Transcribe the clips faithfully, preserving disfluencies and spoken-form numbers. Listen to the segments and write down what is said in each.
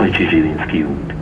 Zsilinszky út.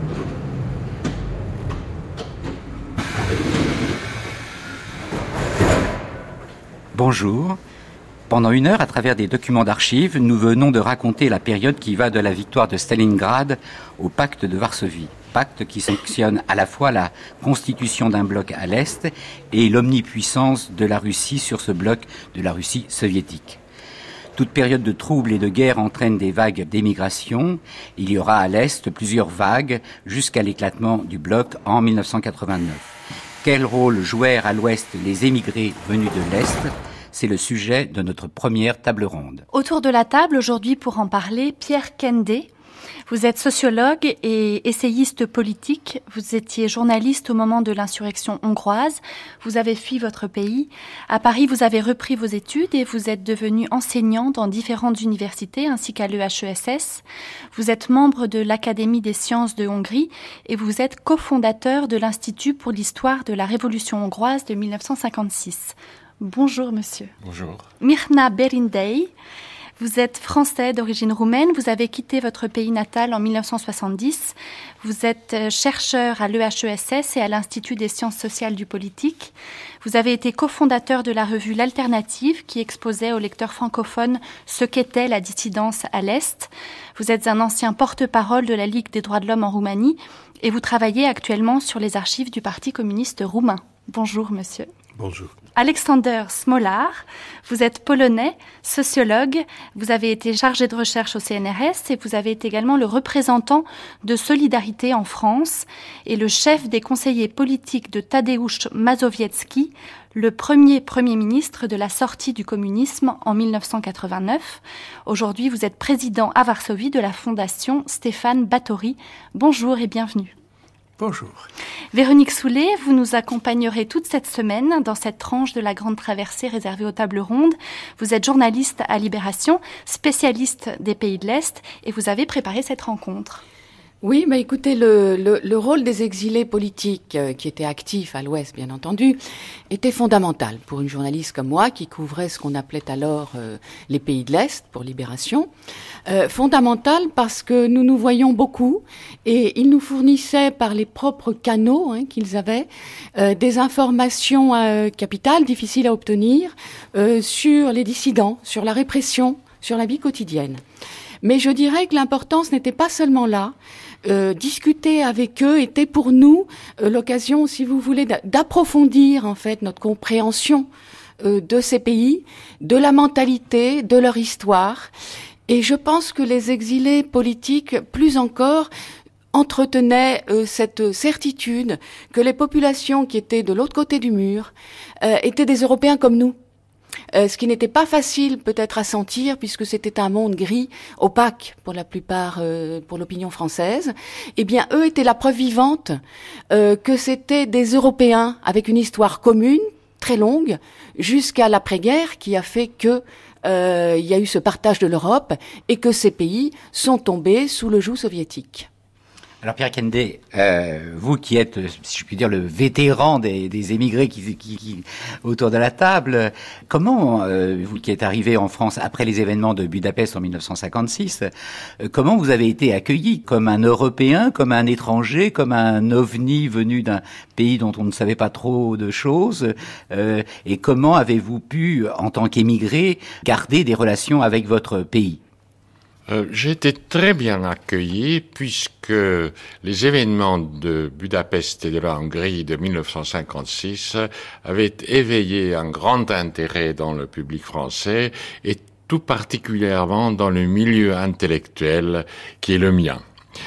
Bonjour. Pendant une heure, à travers des documents d'archives, nous venons de raconter la période qui va de la victoire de Stalingrad au pacte de Varsovie. Pacte qui sanctionne à la fois la constitution d'un bloc à l'Est et l'omnipuissance de la Russie sur ce bloc de la Russie soviétique. Toute période de troubles et de guerre entraîne des vagues d'émigration. Il y aura à l'Est plusieurs vagues jusqu'à l'éclatement du bloc en dix-neuf cent quatre-vingt-neuf. Quel rôle jouèrent à l'Ouest les émigrés venus de l'Est ? C'est le sujet de notre première table ronde. Autour de la table aujourd'hui pour en parler, Pierre Kende. Vous êtes sociologue et essayiste politique. Vous étiez journaliste au moment de l'insurrection hongroise. Vous avez fui votre pays. À Paris, vous avez repris vos études et vous êtes devenu enseignant dans différentes universités ainsi qu'à l'E H E S S. Vous êtes membre de l'Académie des sciences de Hongrie et vous êtes cofondateur de l'Institut pour l'histoire de la Révolution hongroise de dix-neuf cent cinquante-six. Bonjour, monsieur. Bonjour. Mirna Berindei. Vous êtes français d'origine roumaine, vous avez quitté votre pays natal en dix-neuf cent soixante-dix. Vous êtes chercheur à l'E H E S S et à l'Institut des sciences sociales du politique. Vous avez été cofondateur de la revue L'Alternative qui exposait aux lecteurs francophones ce qu'était la dissidence à l'Est. Vous êtes un ancien porte-parole de la Ligue des droits de l'homme en Roumanie et vous travaillez actuellement sur les archives du Parti communiste roumain. Bonjour, monsieur. Bonjour. Alexander Smolar, vous êtes polonais, sociologue, vous avez été chargé de recherche au C N R S et vous avez été également le représentant de Solidarité en France et le chef des conseillers politiques de Tadeusz Mazowiecki, le premier Premier ministre de la sortie du communisme en dix-neuf cent quatre-vingt-neuf. Aujourd'hui, vous êtes président à Varsovie de la fondation Stéphane Batory. Bonjour et bienvenue. Bonjour. Véronique Soulet, vous nous accompagnerez toute cette semaine dans cette tranche de la grande traversée réservée aux tables rondes. Vous êtes journaliste à Libération, spécialiste des pays de l'Est et vous avez préparé cette rencontre. Oui, mais écoutez, le, le, le rôle des exilés politiques euh, qui étaient actifs à l'Ouest, bien entendu, était fondamental pour une journaliste comme moi qui couvrait ce qu'on appelait alors euh, les pays de l'Est pour Libération. Euh, fondamental parce que nous nous voyions beaucoup et ils nous fournissaient par les propres canaux hein, qu'ils avaient euh, des informations euh, capitales, difficiles à obtenir, euh, sur les dissidents, sur la répression, sur la vie quotidienne. Mais je dirais que l'importance n'était pas seulement là. Euh, discuter avec eux était pour nous euh, l'occasion, si vous voulez, d'approfondir en fait notre compréhension euh, de ces pays, de la mentalité, de leur histoire. Et je pense que les exilés politiques, plus encore, entretenaient euh, cette certitude que les populations qui étaient de l'autre côté du mur euh, étaient des Européens comme nous. Euh, ce qui n'était pas facile peut-être à sentir puisque c'était un monde gris, opaque pour la plupart, euh, pour l'opinion française. Eh bien, eux étaient la preuve vivante euh, que c'était des Européens avec une histoire commune, très longue, jusqu'à l'après-guerre qui a fait que euh, il y a eu ce partage de l'Europe et que ces pays sont tombés sous le joug soviétique. Alors Pierre Kende, euh, vous qui êtes, si je puis dire, le vétéran des, des émigrés qui, qui, qui autour de la table, comment, euh, vous qui êtes arrivé en France après les événements de Budapest en dix-neuf cent cinquante-six, euh, comment vous avez été accueilli comme un Européen, comme un étranger, comme un ovni venu d'un pays dont on ne savait pas trop de choses, euh, et comment avez-vous pu, en tant qu'émigré, garder des relations avec votre pays ? Euh, j'ai été très bien accueilli puisque les événements de Budapest et de la Hongrie de dix-neuf cent cinquante-six avaient éveillé un grand intérêt dans le public français et tout particulièrement dans le milieu intellectuel qui est le mien.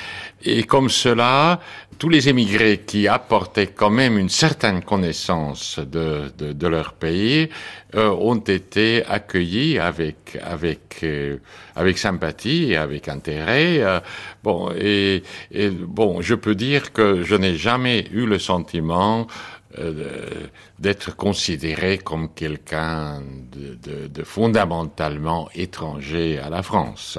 Et comme cela, tous les émigrés qui apportaient quand même une certaine connaissance de, de, de leur pays euh, ont été accueillis avec avec euh, avec sympathie et avec intérêt. Euh, bon et, et bon, je peux dire que je n'ai jamais eu le sentiment euh, d'être considéré comme quelqu'un de, de, de fondamentalement étranger à la France.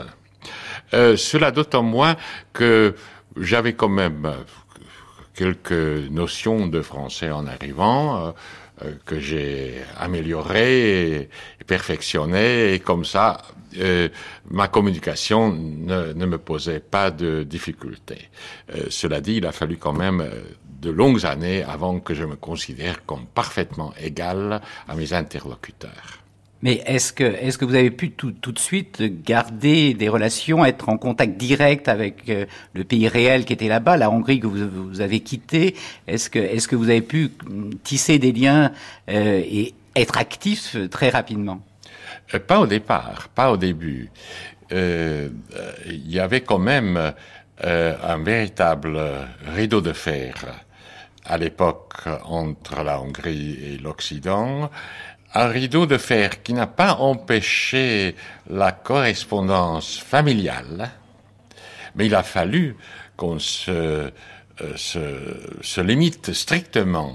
Euh, cela d'autant moins que j'avais quand même quelques notions de français en arrivant. Euh, euh, que j'ai amélioré et perfectionné, et comme ça, euh, ma communication ne, ne me posait pas de difficultés. Euh, cela dit, il a fallu quand même de longues années avant que je me considère comme parfaitement égal à mes interlocuteurs. Mais est-ce que, est-ce que vous avez pu tout, tout de suite garder des relations, être en contact direct avec euh, le pays réel qui était là-bas, la Hongrie que vous, vous avez quittée? Est-ce que, est-ce que vous avez pu tisser des liens euh, et être actif très rapidement? euh, Pas au départ, pas au début. Euh, il y avait quand même euh, un véritable rideau de fer à l'époque entre la Hongrie et l'Occident. Un rideau de fer qui n'a pas empêché la correspondance familiale, mais il a fallu qu'on se, euh, se, se limite strictement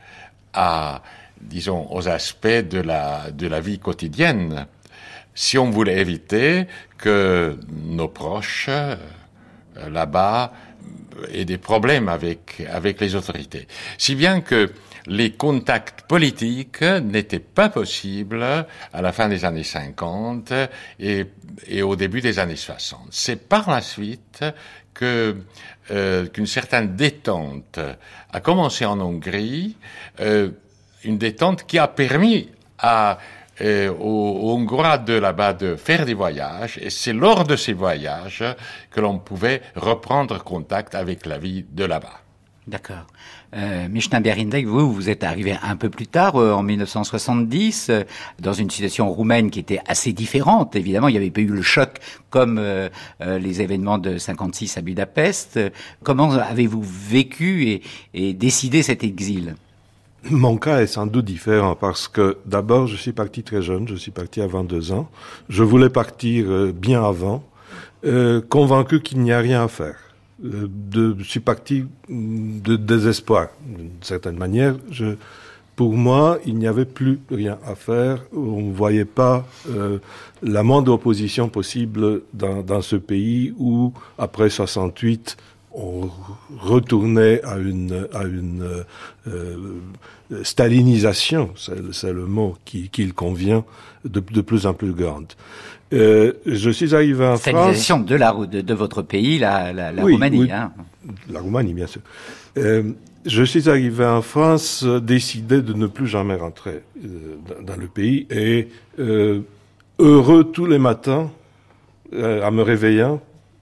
à, disons, aux aspects de la, de la vie quotidienne, si on voulait éviter que nos proches, euh, là-bas, aient des problèmes avec, avec les autorités. Si bien que les contacts politiques n'étaient pas possibles à la fin des années cinquante et, et au début des années soixante. C'est par la suite que euh, qu'une certaine détente a commencé en Hongrie, euh, une détente qui a permis à euh, aux, aux Hongrois de là-bas de faire des voyages, et c'est lors de ces voyages que l'on pouvait reprendre contact avec la vie de là-bas. D'accord. Euh, Michna Berindek, vous, vous êtes arrivé un peu plus tard, euh, en mille neuf cent soixante-dix, euh, dans une situation roumaine qui était assez différente. Évidemment, il n'y avait pas eu le choc comme euh, euh, les événements de cinquante-six à Budapest. Comment avez-vous vécu et, et décidé cet exil? Mon cas est sans doute différent parce que d'abord, je suis parti très jeune, je suis parti à vingt-deux ans. Je voulais partir euh, bien avant, euh, convaincu qu'il n'y a rien à faire. De, je suis parti de désespoir, d'une certaine manière. Je, pour moi, il n'y avait plus rien à faire. On ne voyait pas euh, la moindre opposition possible dans, dans ce pays où, après soixante-huit, on retournait à une, à une euh, stalinisation, c'est, c'est le mot qui, qui convient, de, de plus en plus grande. Euh, je suis arrivé en France... Stalinisation de, la, de, de votre pays, la, la, la oui, Roumanie. Oui, hein. La Roumanie, bien sûr. Euh, je suis arrivé en France euh, décidé de ne plus jamais rentrer euh, dans, dans le pays et euh, heureux tous les matins, euh, en me réveillant,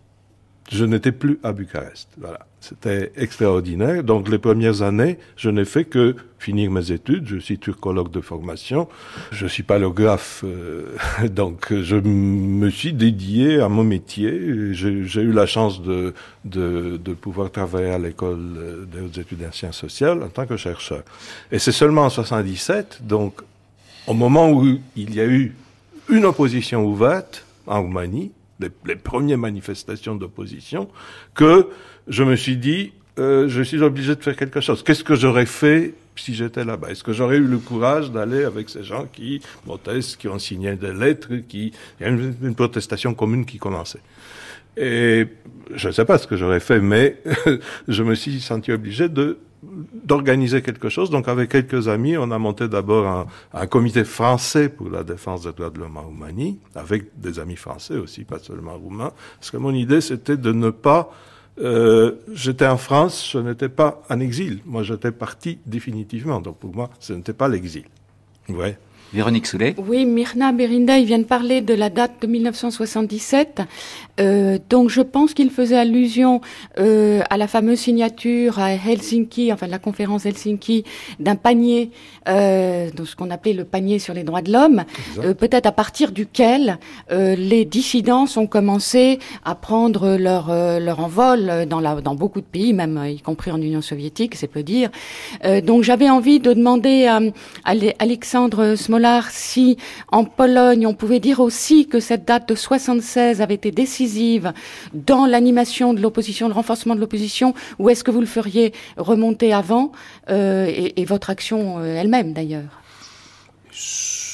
je n'étais plus à Bucarest. Voilà. C'était extraordinaire. Donc, les premières années, je n'ai fait que finir mes études. Je suis turcologue de formation. Je suis paléographe. Euh, donc, je me suis dédié à mon métier. J'ai, j'ai eu la chance de, de, de pouvoir travailler à l'école des hautes études en sciences sociales en tant que chercheur. Et c'est seulement en soixante-dix-sept, donc, au moment où il y a eu une opposition ouverte en Roumanie, les, les premières manifestations d'opposition, que je me suis dit, euh, je suis obligé de faire quelque chose. Qu'est-ce que j'aurais fait si j'étais là-bas? Est-ce que j'aurais eu le courage d'aller avec ces gens qui protestent, qui ont signé des lettres, qui... Il y a une, une protestation commune qui commençait. Et je ne sais pas ce que j'aurais fait, mais je me suis senti obligé de d'organiser quelque chose. Donc, avec quelques amis, on a monté d'abord un, un comité français pour la défense des droits de l'homme en Roumanie, avec des amis français aussi, pas seulement roumains. Parce que mon idée, c'était de ne pas... Euh, j'étais en France, je n'étais pas en exil. Moi, j'étais parti définitivement. Donc, pour moi, ce n'était pas l'exil. Ouais. Véronique Soulet. Oui, Mirna Berindek vient de parler de la date de mille neuf cent soixante-dix-sept. Euh, donc, je pense qu'il faisait allusion euh, à la fameuse signature à Helsinki, enfin la conférence Helsinki, d'un panier, euh, de ce qu'on appelait le panier sur les droits de l'homme, euh, peut-être à partir duquel euh, les dissidents ont commencé à prendre leur euh, leur envol dans la dans beaucoup de pays, même y compris en Union soviétique, c'est peu dire. Euh, donc, j'avais envie de demander à, à Alexandre Smolar si en Pologne on pouvait dire aussi que cette date de soixante-seize avait été décisive dans l'animation de l'opposition, le renforcement de l'opposition, ou est-ce que vous le feriez remonter avant euh, et, et votre action euh, elle-même d'ailleurs?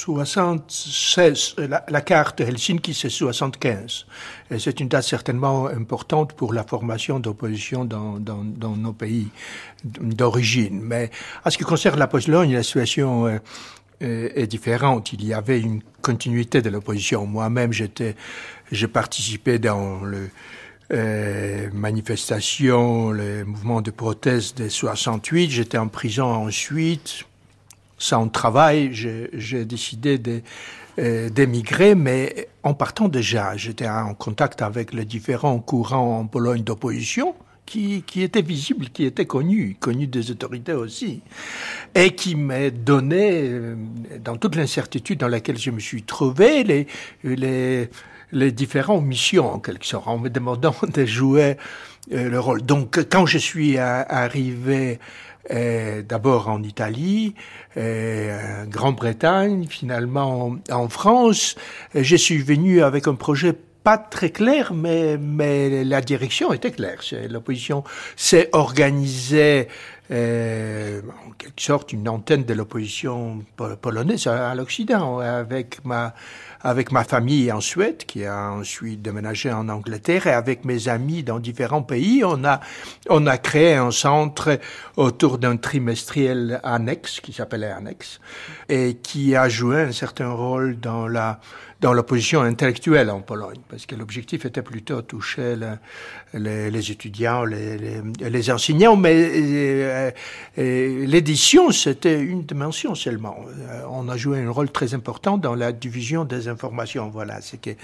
soixante-seize. La, la carte Helsinki, c'est soixante-quinze. Et c'est une date certainement importante pour la formation d'opposition dans, dans, dans nos pays d'origine. Mais en ce qui concerne la Pologne, la situation euh, est différente. Il y avait une continuité de l'opposition. Moi-même, j'étais, je participais dans le euh, manifestation, le mouvement de proteste de soixante-huit. J'étais en prison ensuite. Sans travail, j'ai, j'ai décidé de, euh, d'émigrer, mais en partant déjà, j'étais en contact avec les différents courants en Pologne d'opposition qui, qui étaient visibles, qui étaient connus, connus des autorités aussi, et qui m'ont donné, euh, dans toute l'incertitude dans laquelle je me suis trouvé, les, les, les différentes missions, en quelque sorte, en me demandant de jouer euh, le rôle. Donc, quand je suis à, arrivé Euh, d'abord en Italie, euh, en Grande-Bretagne, finalement en, en France. Je suis venu avec un projet pas très clair, mais, mais la direction était claire. L'opposition s'est organisée euh, en quelque sorte une antenne de l'opposition polonaise à, à l'Occident, avec ma avec ma famille en Suède, qui a ensuite déménagé en Angleterre, et avec mes amis dans différents pays, on a, on a créé un centre autour d'un trimestriel annexe, qui s'appelait Annexe, et qui a joué un certain rôle dans la, dans l'opposition intellectuelle en Pologne, parce que l'objectif était plutôt toucher le, les, les étudiants, les, les, les enseignants, mais euh, euh, l'édition, c'était une dimension seulement. On a joué un rôle très important dans la division des informations. Voilà, c'est que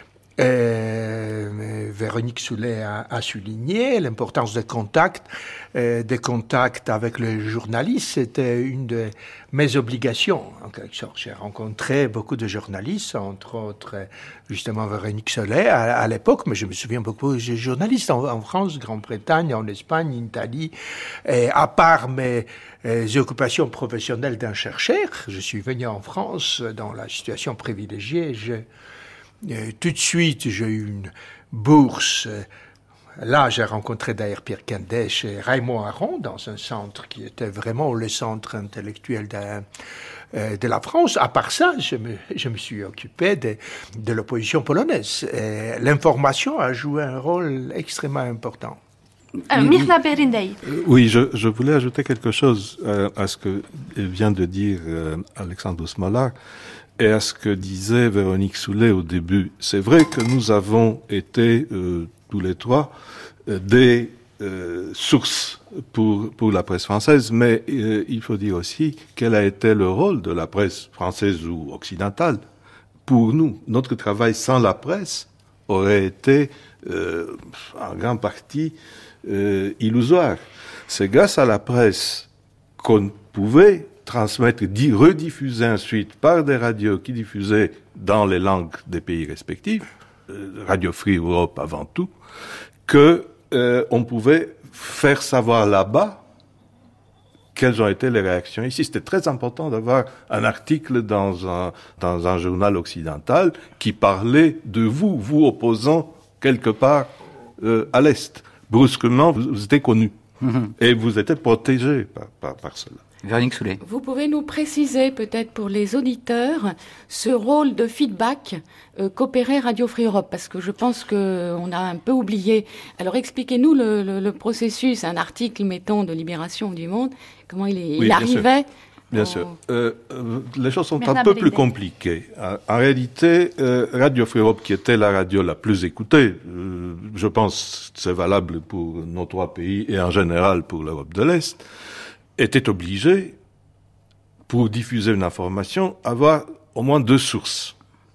euh, Véronique Soulet a, a souligné l'importance des contacts, euh, des contacts avec les journalistes. C'était une de mes obligations, en quelque sorte. J'ai rencontré beaucoup de journalistes, entre autres, justement, Véronique Soulet à, à l'époque, mais je me souviens beaucoup de journalistes en, en France, Grande-Bretagne, en Espagne, en Italie. Et à part mes euh, occupations professionnelles d'un chercheur, je suis venu en France dans la situation privilégiée. Je, Euh, tout de suite, j'ai eu une bourse. Là, j'ai rencontré d'ailleurs Pierre Quendet chez Raymond Aron, dans un centre qui était vraiment le centre intellectuel de, euh, de la France. À part ça, je me, je me suis occupé de, de l'opposition polonaise. Et l'information a joué un rôle extrêmement important. Euh, Mirna Berindei. Oui, je, je voulais ajouter quelque chose euh, à ce que vient de dire euh, Alexandre Smolar. Et à ce que disait Véronique Soulet au début. C'est vrai que nous avons été, euh, tous les trois, euh, des euh, sources pour, pour la presse française, mais euh, il faut dire aussi quel a été le rôle de la presse française ou occidentale pour nous. Notre travail sans la presse aurait été euh, en grande partie euh, illusoire. C'est grâce à la presse qu'on pouvait transmettre, dit, rediffuser ensuite par des radios qui diffusaient dans les langues des pays respectifs, euh, Radio Free Europe avant tout, que euh, on pouvait faire savoir là-bas quelles ont été les réactions ici. C'était très important d'avoir un article dans un, dans un journal occidental qui parlait de vous, vous opposant quelque part euh, à l'Est. Brusquement, vous, vous étiez connu. Mm-hmm. Et vous étiez protégé par, par, par cela. Véronique Soulet. Vous pouvez nous préciser, peut-être pour les auditeurs, ce rôle de feedback euh, qu'opérait Radio Free Europe, parce que je pense qu'on a un peu oublié. Alors expliquez-nous le, le, le processus, un article, mettons, de Libération du Monde, comment il, est, oui, il arrivait. Bien sûr. Bien sûr. Euh, euh, les choses sont Bernard un peu Bélidé. Plus compliquées. En, en réalité, euh, Radio Free Europe, qui était la radio la plus écoutée, euh, je pense que c'est valable pour nos trois pays et en général pour l'Europe de l'Est, était obligé, pour diffuser une information, avoir au moins deux sources.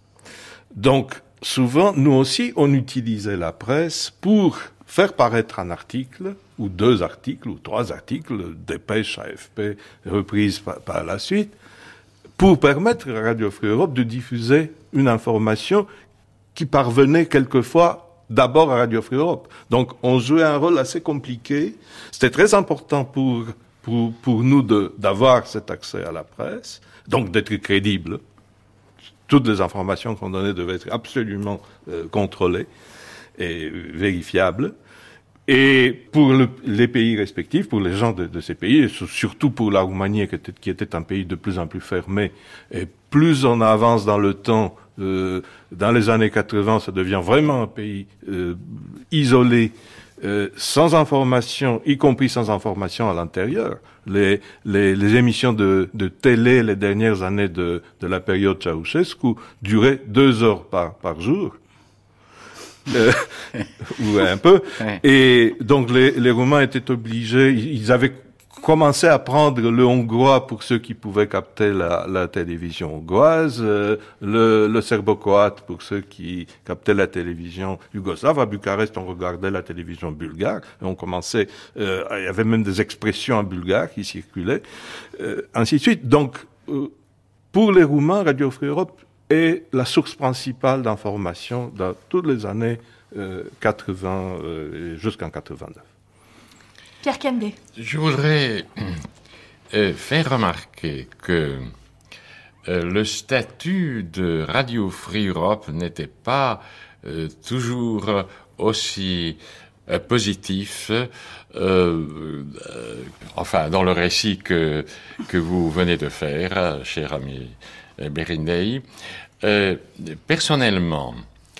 Donc, souvent, nous aussi, on utilisait la presse pour faire paraître un article, ou deux articles, ou trois articles, dépêche, A F P, reprise par, par la suite, pour permettre à Radio Free Europe de diffuser une information qui parvenait quelquefois d'abord à Radio Free Europe. Donc, on jouait un rôle assez compliqué. C'était très important pour Pour, pour nous de, d'avoir cet accès à la presse, donc d'être crédible. Toutes les informations qu'on donnait devaient être absolument euh, contrôlées et vérifiables. Et pour le, les pays respectifs, pour les gens de, de ces pays, et surtout pour la Roumanie qui était, qui était un pays de plus en plus fermé, et plus on avance dans le temps, euh, dans les années quatre-vingts, ça devient vraiment un pays euh, isolé, euh, sans information, y compris sans information à l'intérieur. Les, les, les émissions de, de télé les dernières années de, de la période Ceausescu duraient deux heures par, par jour. Euh, ou un peu. Ouais. Et donc les, les Roumains étaient obligés, ils avaient commencé à prendre le hongrois pour ceux qui pouvaient capter la, la télévision hongroise, euh, le, le serbo-croate pour ceux qui captaient la télévision yougoslave. À Bucarest, on regardait la télévision bulgare et on commençait, euh, il y avait même des expressions en bulgare qui circulaient, euh, ainsi de suite. Donc, euh, pour les Roumains, Radio Free Europe est la source principale d'information dans toutes les années euh, quatre-vingts euh, jusqu'en quatre-vingt-neuf. Pierre Kende. Je voudrais euh, faire remarquer que euh, le statut de Radio Free Europe n'était pas euh, toujours aussi euh, positif, euh, euh, enfin dans le récit que, que vous venez de faire, cher ami Berindei. Euh, personnellement,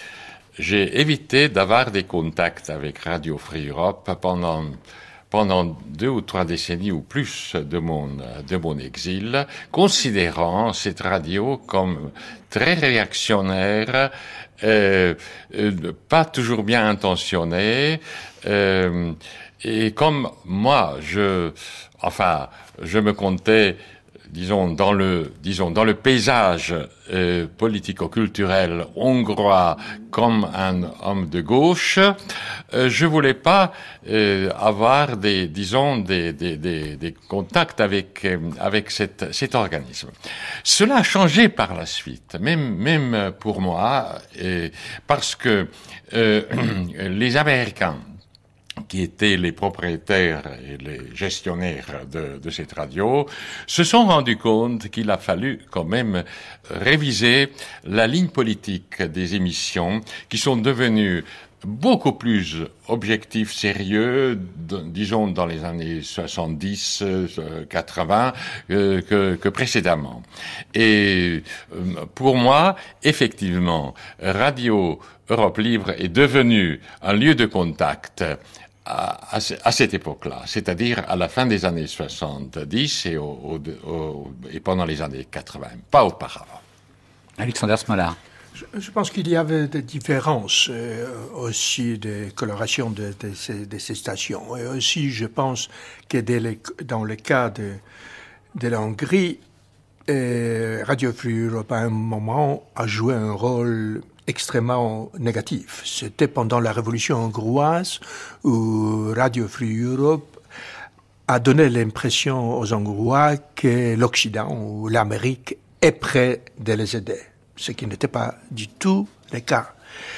j'ai évité d'avoir des contacts avec Radio Free Europe pendant, pendant deux ou trois décennies ou plus de mon, de mon exil, considérant cette radio comme très réactionnaire, euh, euh, pas toujours bien intentionnée, euh, et comme moi, je, enfin, je me comptais disons dans le disons dans le paysage euh, politico-culturel hongrois comme un homme de gauche, euh, je voulais pas euh, avoir des disons des des des, des contacts avec euh, avec cette, cet organisme. Cela a changé par la suite, même même pour moi, et parce que euh, les Américains qui étaient les propriétaires et les gestionnaires de, de cette radio, se sont rendus compte qu'il a fallu quand même réviser la ligne politique des émissions qui sont devenues beaucoup plus objectifs, sérieux, de, disons dans les années soixante-dix, quatre-vingts, euh, que, que précédemment. Et euh, pour moi, effectivement, Radio Europe Libre est devenu un lieu de contact à, à, à cette époque-là, c'est-à-dire à la fin des années soixante-dix et, au, au, au, et pendant les années quatre-vingts, pas auparavant. Alexander Smolar. Je, je pense qu'il y avait des différences euh, aussi de coloration de, de, ces, de ces stations. Et aussi, je pense que les, dans le cas de, de la Hongrie, euh, Radio Free Europe, à un moment, a joué un rôle extrêmement négatif. C'était pendant la révolution hongroise où Radio Free Europe a donné l'impression aux Hongrois que l'Occident ou l'Amérique est prêt de les aider, ce qui n'était pas du tout le cas.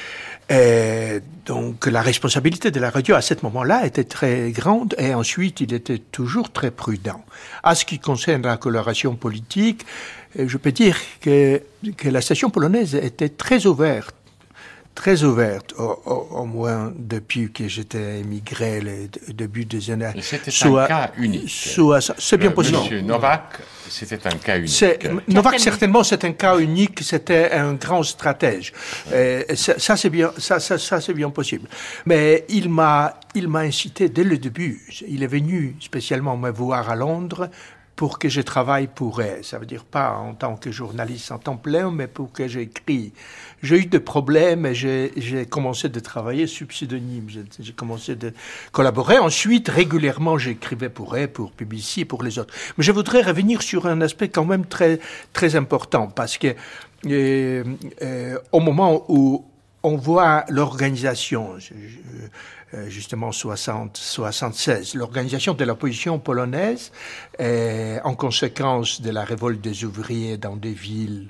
Et donc la responsabilité de la radio à ce moment-là était très grande et ensuite il était toujours très prudent. À ce qui concerne la coloration politique, je peux dire que, que la station polonaise était très ouverte, très ouverte, au, au, au moins depuis que j'étais émigré le début des années. Et c'était soit, un cas unique. Soit, c'est bien possible. Monsieur Novak, c'était un cas unique. C'est, Novak, certainement, c'est un cas unique. C'était un grand stratège. Et ça, ça, c'est bien, ça, ça, ça, c'est bien possible. Mais il m'a, il m'a incité dès le début. Il est venu spécialement me voir à Londres pour que je travaille pour elle. Ça veut dire pas en tant que journaliste en temps plein, mais pour que j'écris. J'ai eu des problèmes et j'ai, j'ai commencé de travailler sous pseudonyme. J'ai, j'ai commencé de collaborer. Ensuite, régulièrement, j'écrivais pour elle, pour P B C et pour les autres. Mais je voudrais revenir sur un aspect quand même très, très important parce que euh, euh, au moment où on voit l'organisation, justement soixante, soixante-seize, l'organisation de l'opposition polonaise, euh, en conséquence de la révolte des ouvriers dans des villes,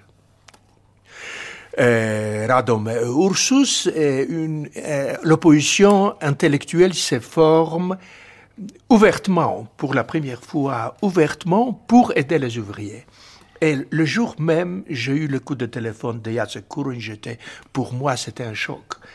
euh, Radom et Ursus, et une, euh, l'opposition intellectuelle se forme ouvertement, pour la première fois, ouvertement, pour aider les ouvriers. Et le jour même, j'ai eu le coup de téléphone de Jacek Kuroń. J'étais, pour moi, c'était un choc.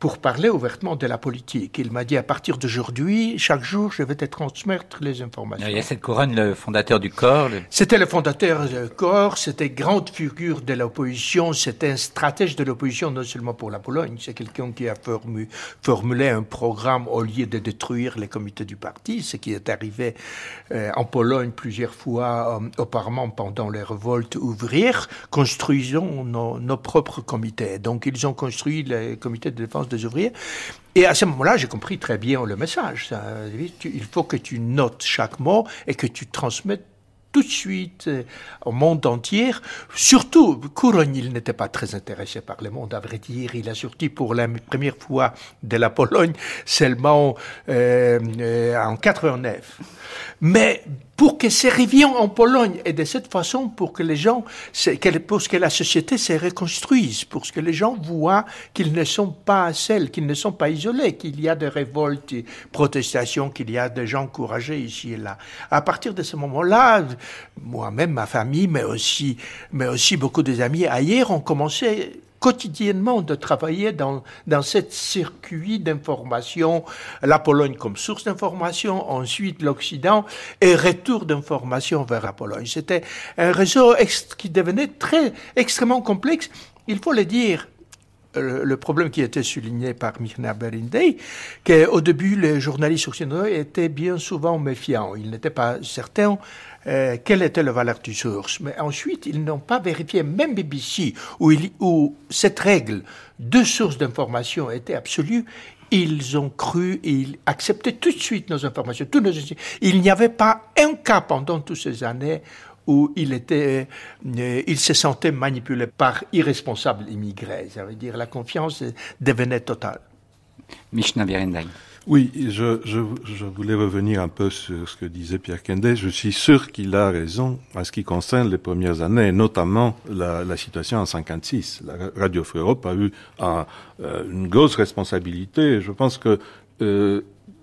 pour parler ouvertement de la politique. Il m'a dit, à partir d'aujourd'hui, chaque jour, je vais te transmettre les informations. Il y a cette couronne, le fondateur du corps. Le... C'était le fondateur du corps, c'était grande figure de l'opposition, c'était un stratège de l'opposition, non seulement pour la Pologne, c'est quelqu'un qui a formu, formulé un programme au lieu de détruire les comités du parti, ce qui est arrivé euh, en Pologne plusieurs fois euh, auparavant pendant les révoltes ouvrières. Construisons nos, nos propres comités. Donc ils ont construit les comités de défense des ouvriers. Et à ce moment-là, j'ai compris très bien le message. Ça, il faut que tu notes chaque mot et que tu transmettes tout de suite euh, au monde entier. Surtout, Couronne, il n'était pas très intéressé par le monde, à vrai dire. Il a sorti pour la première fois de la Pologne seulement euh, euh, en quatre-vingt-neuf. Mais pour que c'est arrivé en Pologne, et de cette façon, pour que les gens, pour que la société se reconstruise, pour que les gens voient qu'ils ne sont pas seuls, qu'ils ne sont pas isolés, qu'il y a des révoltes, des protestations, qu'il y a des gens courageux ici et là. À partir de ce moment-là, moi-même, ma famille, mais aussi, mais aussi beaucoup des amis ailleurs ont commencé quotidiennement de travailler dans, dans ce circuit d'information, la Pologne comme source d'information, ensuite l'Occident, et retour d'information vers la Pologne. C'était un réseau ex- qui devenait très, extrêmement complexe. Il faut le dire, le, le problème qui était souligné par Mirna Berindey, qu'au début, les journalistes occidentaux étaient bien souvent méfiants. Ils n'étaient pas certains Euh, quelle était la valeur du source. Mais ensuite, ils n'ont pas vérifié, même B B C, où, il, où cette règle, deux sources d'information était absolue, ils ont cru et ils acceptaient tout de suite nos informations. Tous nos... Il n'y avait pas un cas pendant toutes ces années où il était, euh, il se sentait manipulé par irresponsables immigrés. Ça veut dire la confiance devenait totale. Mirna Berendai. Oui, je, je, je voulais revenir un peu sur ce que disait Pierre Kende. Je suis sûr qu'il a raison en ce qui concerne les premières années, et notamment la, la situation en cinquante-six. La Radio Free Europe a eu un, euh, une grosse responsabilité. Je pense que euh,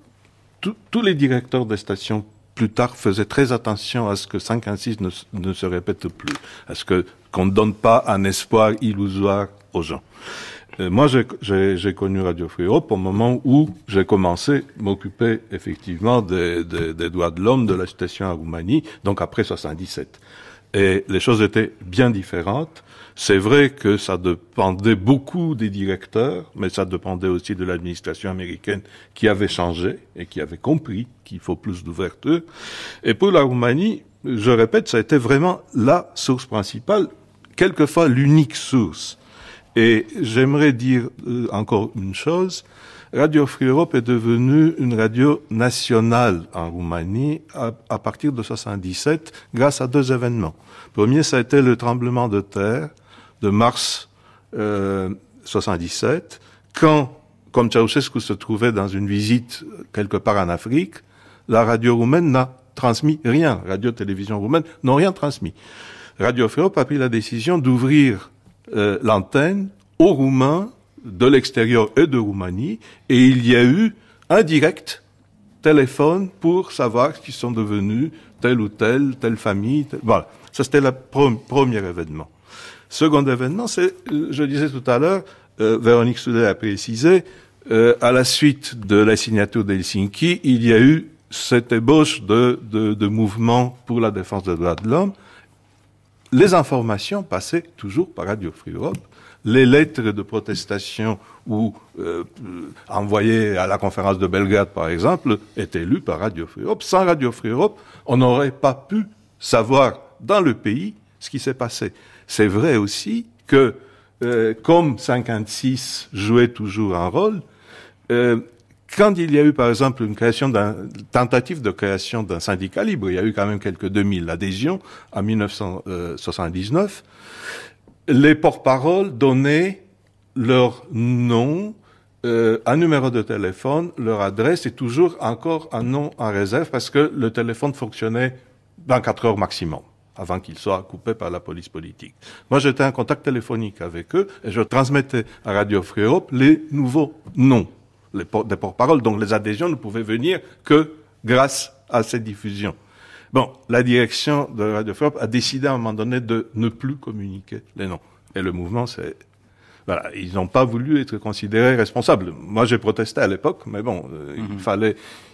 tous les directeurs des stations plus tard faisaient très attention à ce que cinquante-six ne, ne se répète plus, à ce que qu'on ne donne pas un espoir illusoire aux gens. Euh, moi, j'ai, j'ai, j'ai connu Radio Free Europe au moment où j'ai commencé à m'occuper effectivement des, des, des droits de l'homme, de la situation en Roumanie, donc après soixante-dix-sept. Et les choses étaient bien différentes. C'est vrai que ça dépendait beaucoup des directeurs, mais ça dépendait aussi de l'administration américaine qui avait changé et qui avait compris qu'il faut plus d'ouverture. Et pour la Roumanie, je répète, ça a été vraiment la source principale, quelquefois l'unique source. Et j'aimerais dire euh, encore une chose. Radio Free Europe est devenue une radio nationale en Roumanie à, à partir de soixante-dix-sept grâce à deux événements. Le premier, ça a été le tremblement de terre de mars euh, soixante-dix-sept, quand, comme Ceausescu se trouvait dans une visite quelque part en Afrique, la radio roumaine n'a transmis rien. Radio-télévision roumaine n'ont rien transmis. Radio Free Europe a pris la décision d'ouvrir Euh, l'antenne aux Roumains de l'extérieur et de Roumanie, et il y a eu un direct téléphone pour savoir qui sont devenus telle ou telle, telle famille. Telle... Voilà, ça c'était le pre- premier événement. Second événement, c'est, je disais tout à l'heure, euh, Véronique Soudet a précisé, euh, à la suite de la signature d'Helsinki, il y a eu cette ébauche de, de, de mouvements pour la défense des droits de l'homme. Les informations passaient toujours par Radio Free Europe. Les lettres de protestation ou euh, envoyées à la conférence de Belgrade, par exemple, étaient lues par Radio Free Europe. Sans Radio Free Europe, on n'aurait pas pu savoir dans le pays ce qui s'est passé. C'est vrai aussi que, euh, comme cinquante-six jouait toujours un rôle, euh, quand il y a eu, par exemple, une création d'un, tentative de création d'un syndicat libre, il y a eu quand même quelques deux mille adhésions en dix-neuf cent soixante-dix-neuf, les porte-paroles donnaient leur nom, euh, un numéro de téléphone, leur adresse et toujours encore un nom en réserve parce que le téléphone fonctionnait vingt-quatre heures maximum avant qu'il soit coupé par la police politique. Moi, j'étais en contact téléphonique avec eux et je transmettais à Radio Free Europe les nouveaux noms. Les por- des porte-paroles, donc les adhésions ne pouvaient venir que grâce à cette diffusion. Bon, la direction de Radio Free Europe a décidé à un moment donné de ne plus communiquer les noms. Et le mouvement s'est voilà, ils n'ont pas voulu être considérés responsables. Moi, j'ai protesté à l'époque, mais bon, euh, mm-hmm. il fallait,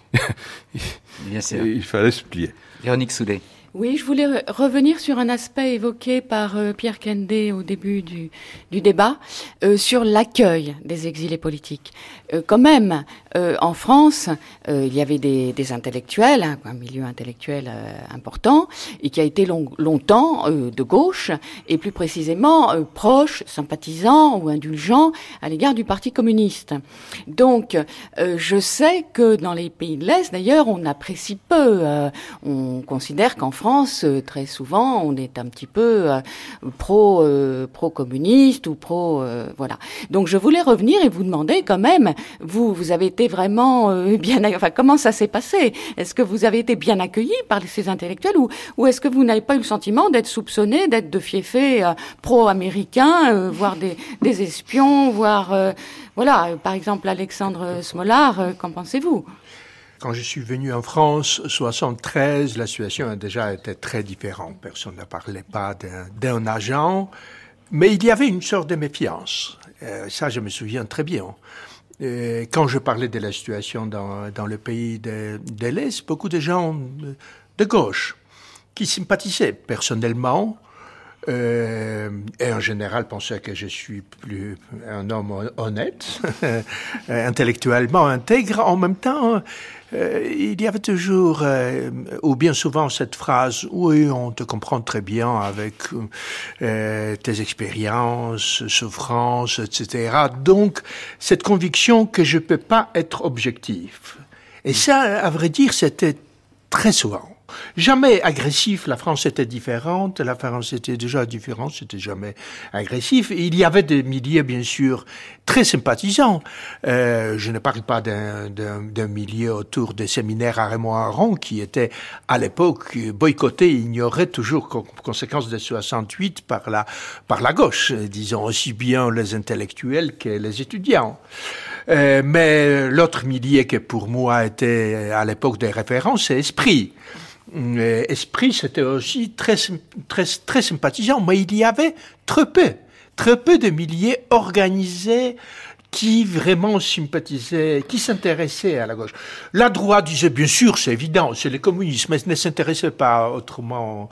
Bien sûr. il fallait se plier. Véronique Soulet. Oui, je voulais re- revenir sur un aspect évoqué par euh, Pierre Kende au début du, du débat, euh, sur l'accueil des exilés politiques. Euh, quand même, euh, en France, euh, il y avait des, des intellectuels, hein, un milieu intellectuel euh, important, et qui a été long, longtemps euh, de gauche, et plus précisément euh, proche, sympathisant ou indulgent à l'égard du Parti communiste. Donc, euh, je sais que dans les pays de l'Est, d'ailleurs, on apprécie peu, euh, on considère qu'en France, France, très souvent, on est un petit peu euh, pro euh, pro-communiste ou pro euh, voilà. Donc je voulais revenir et vous demander quand même, vous vous avez été vraiment euh, bien, enfin comment ça s'est passé? Est-ce que vous avez été bien accueilli par ces intellectuels ou ou est-ce que vous n'avez pas eu le sentiment d'être soupçonné d'être de fiefés euh, pro-américains, euh, voire des des espions, voire euh, voilà, par exemple Alexandre Smolar, euh, qu'en pensez-vous? Quand je suis venu en France, soixante-treize, la situation a déjà été très différente. Personne ne parlait pas d'un, d'un agent, mais il y avait une sorte de méfiance. Euh, ça, je me souviens très bien. Euh, quand je parlais de la situation dans, dans le pays de, de l'Est, beaucoup de gens de gauche qui sympathisaient personnellement Euh, et en général pensaient que je suis plus un homme honnête, intellectuellement intègre. En même temps, euh, il y avait toujours, euh, ou bien souvent, cette phrase « Oui, on te comprend très bien avec euh, tes expériences, souffrances, et cetera » Donc, cette conviction que je peux pas être objectif. Et ça, à vrai dire, c'était très souvent. Jamais agressif, la France était différente, la France était déjà différente, c'était jamais agressif. Il y avait des milieux, bien sûr, très sympathisants. Euh, je ne parle pas d'un, d'un, d'un milieu autour des séminaires à Raymond-Aron qui était, à l'époque, boycotté, ignoré toujours comme conséquence de soixante-huit par la, par la gauche, disons aussi bien les intellectuels que les étudiants. Euh, mais l'autre milieu qui pour moi était à l'époque des références, c'est Esprit. Esprit, c'était aussi très, très, très sympathisant, mais il y avait très peu, très peu de milliers organisés qui vraiment sympathisaient, qui s'intéressaient à la gauche. La droite disait, bien sûr, c'est évident, c'est le communisme, mais ne s'intéressait pas autrement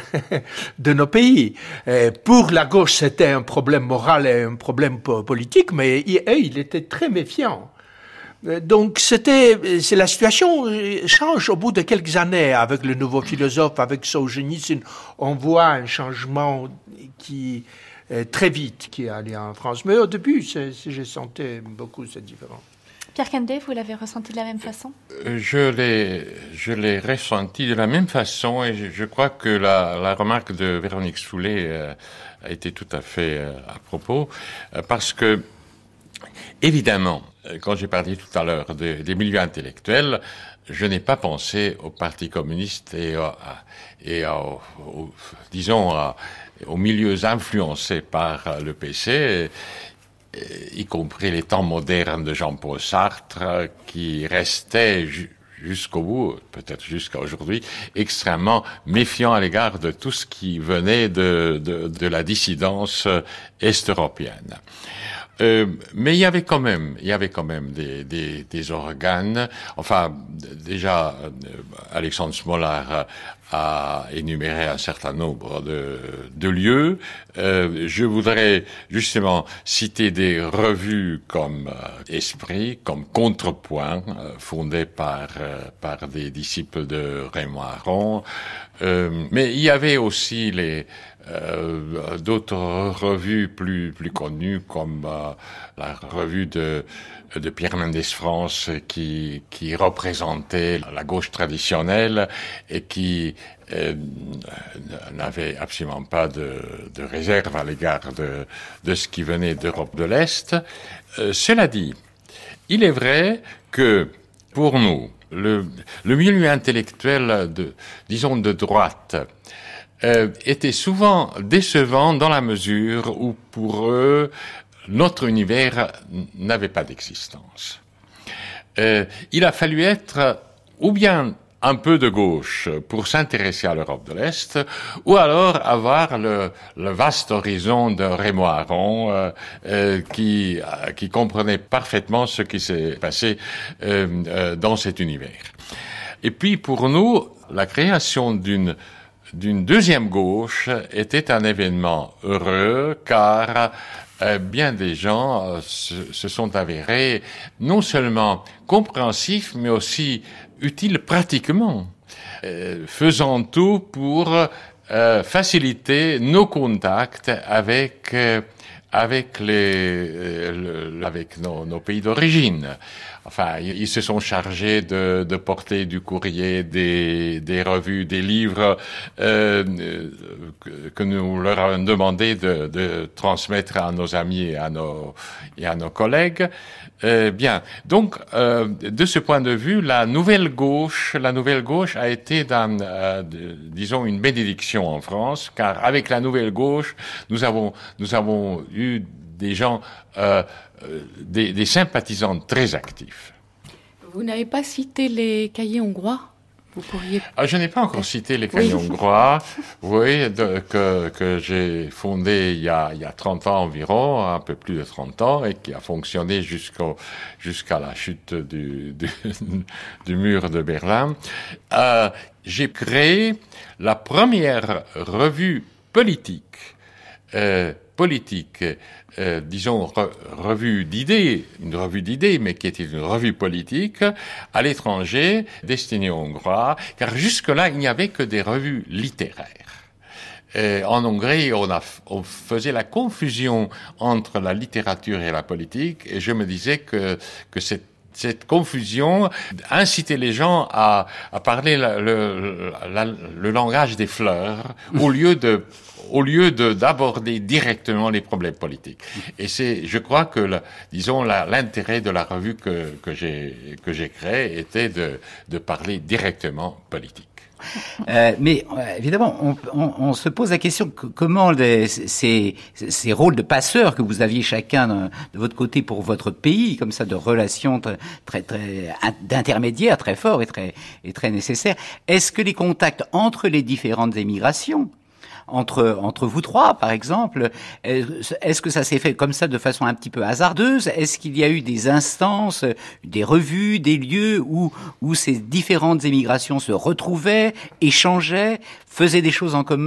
de nos pays. Et pour la gauche, c'était un problème moral et un problème politique, mais eux, ils étaient très méfiants. Donc c'était, c'est la situation change au bout de quelques années avec le nouveau philosophe, avec Solzhenitsyn. On voit un changement qui très vite qui a lieu en France. Mais au début, c'est, c'est, je sentais beaucoup cette différence. Pierre Kende, vous l'avez ressenti de la même façon? Je l'ai, je l'ai ressenti de la même façon et je, je crois que la, la remarque de Véronique Soulet euh, a été tout à fait euh, à propos euh, parce que évidemment, quand j'ai parlé tout à l'heure de, des milieux intellectuels, je n'ai pas pensé au Parti communiste et, à, et à, au, disons, à, aux milieux influencés par le P C, y compris les temps modernes de Jean-Paul Sartre, qui restait ju- jusqu'au bout, peut-être jusqu'à aujourd'hui, extrêmement méfiant à l'égard de tout ce qui venait de, de, de la dissidence est-européenne. Euh, mais il y avait quand même, il y avait quand même des, des, des organes. Enfin, déjà, euh, Alexandre Smolar a énuméré un certain nombre de, de lieux. Euh, je voudrais justement citer des revues comme euh, Esprit, comme Contrepoint, euh, fondées par euh, par des disciples de Raymond Aron. Euh, mais il y avait aussi les Euh, d'autres revues plus plus connues comme euh, la revue de de Pierre Mendès France qui qui représentait la gauche traditionnelle et qui euh, n'avait absolument pas de de réserve à l'égard de de ce qui venait d'Europe de l'Est. Euh, cela dit, il est vrai que pour nous le le milieu intellectuel de disons de droite Euh, était souvent décevant dans la mesure où, pour eux, notre univers n'avait pas d'existence. Euh, il a fallu être ou bien un peu de gauche pour s'intéresser à l'Europe de l'Est, ou alors avoir le, le vaste horizon de Raymond Aron, euh, euh, qui, euh, qui comprenait parfaitement ce qui s'est passé euh, euh, dans cet univers. Et puis pour nous, la création d'une d'une deuxième gauche était un événement heureux, car euh, bien des gens euh, se, se sont avérés non seulement compréhensifs, mais aussi utiles pratiquement, euh, faisant tout pour euh, faciliter nos contacts avec euh, avec les euh, le, avec nos, nos pays d'origine. Enfin, ils se sont chargés de, de porter du courrier, des, des revues, des livres euh, que, que nous leur avons demandé de, de transmettre à nos amis et à nos, et à nos collègues. Euh, bien, donc euh, de ce point de vue, la nouvelle gauche, la nouvelle gauche a été, dans, euh, de, disons, une bénédiction en France, car avec la nouvelle gauche, nous avons, nous avons eu des gens, euh, des, des sympathisants très actifs. Vous n'avez pas cité les cahiers hongrois ? Vous pourriez... Ah, je n'ai pas encore cité les cahiers oui. hongrois, oui, de, que, que j'ai fondé il y a, il y a trente ans environ, un peu plus de trente ans, et qui a fonctionné jusqu'au, jusqu'à la chute du, du, du mur de Berlin. Euh, j'ai créé la première revue politique, euh, politique, euh, disons, re, revue d'idées, une revue d'idées, mais qui était une revue politique à l'étranger, destinée aux Hongrois, car jusque-là, il n'y avait que des revues littéraires. Et en Hongrie, on, a, on faisait la confusion entre la littérature et la politique, et je me disais que, que cette Cette confusion incitait les gens à, à parler la, le, la, le langage des fleurs au lieu de, au lieu de, d'aborder directement les problèmes politiques. Et c'est, je crois que, la, disons, la, l'intérêt de la revue que, que j'ai, que j'ai créée était de, de parler directement politique. Euh, mais euh, évidemment, on, on, on se pose la question que, comment les, ces, ces rôles de passeurs que vous aviez chacun de, de votre côté pour votre pays, comme ça, de relations très, très, très d'intermédiaires très forts et très, et très nécessaires. Est-ce que les contacts entre les différentes émigrations, entre entre vous trois, par exemple, est-ce que ça s'est fait comme ça de façon un petit peu hasardeuse ? Est-ce qu'il y a eu des instances, des revues, des lieux où où ces différentes émigrations se retrouvaient, échangeaient, faisaient des choses en commun ?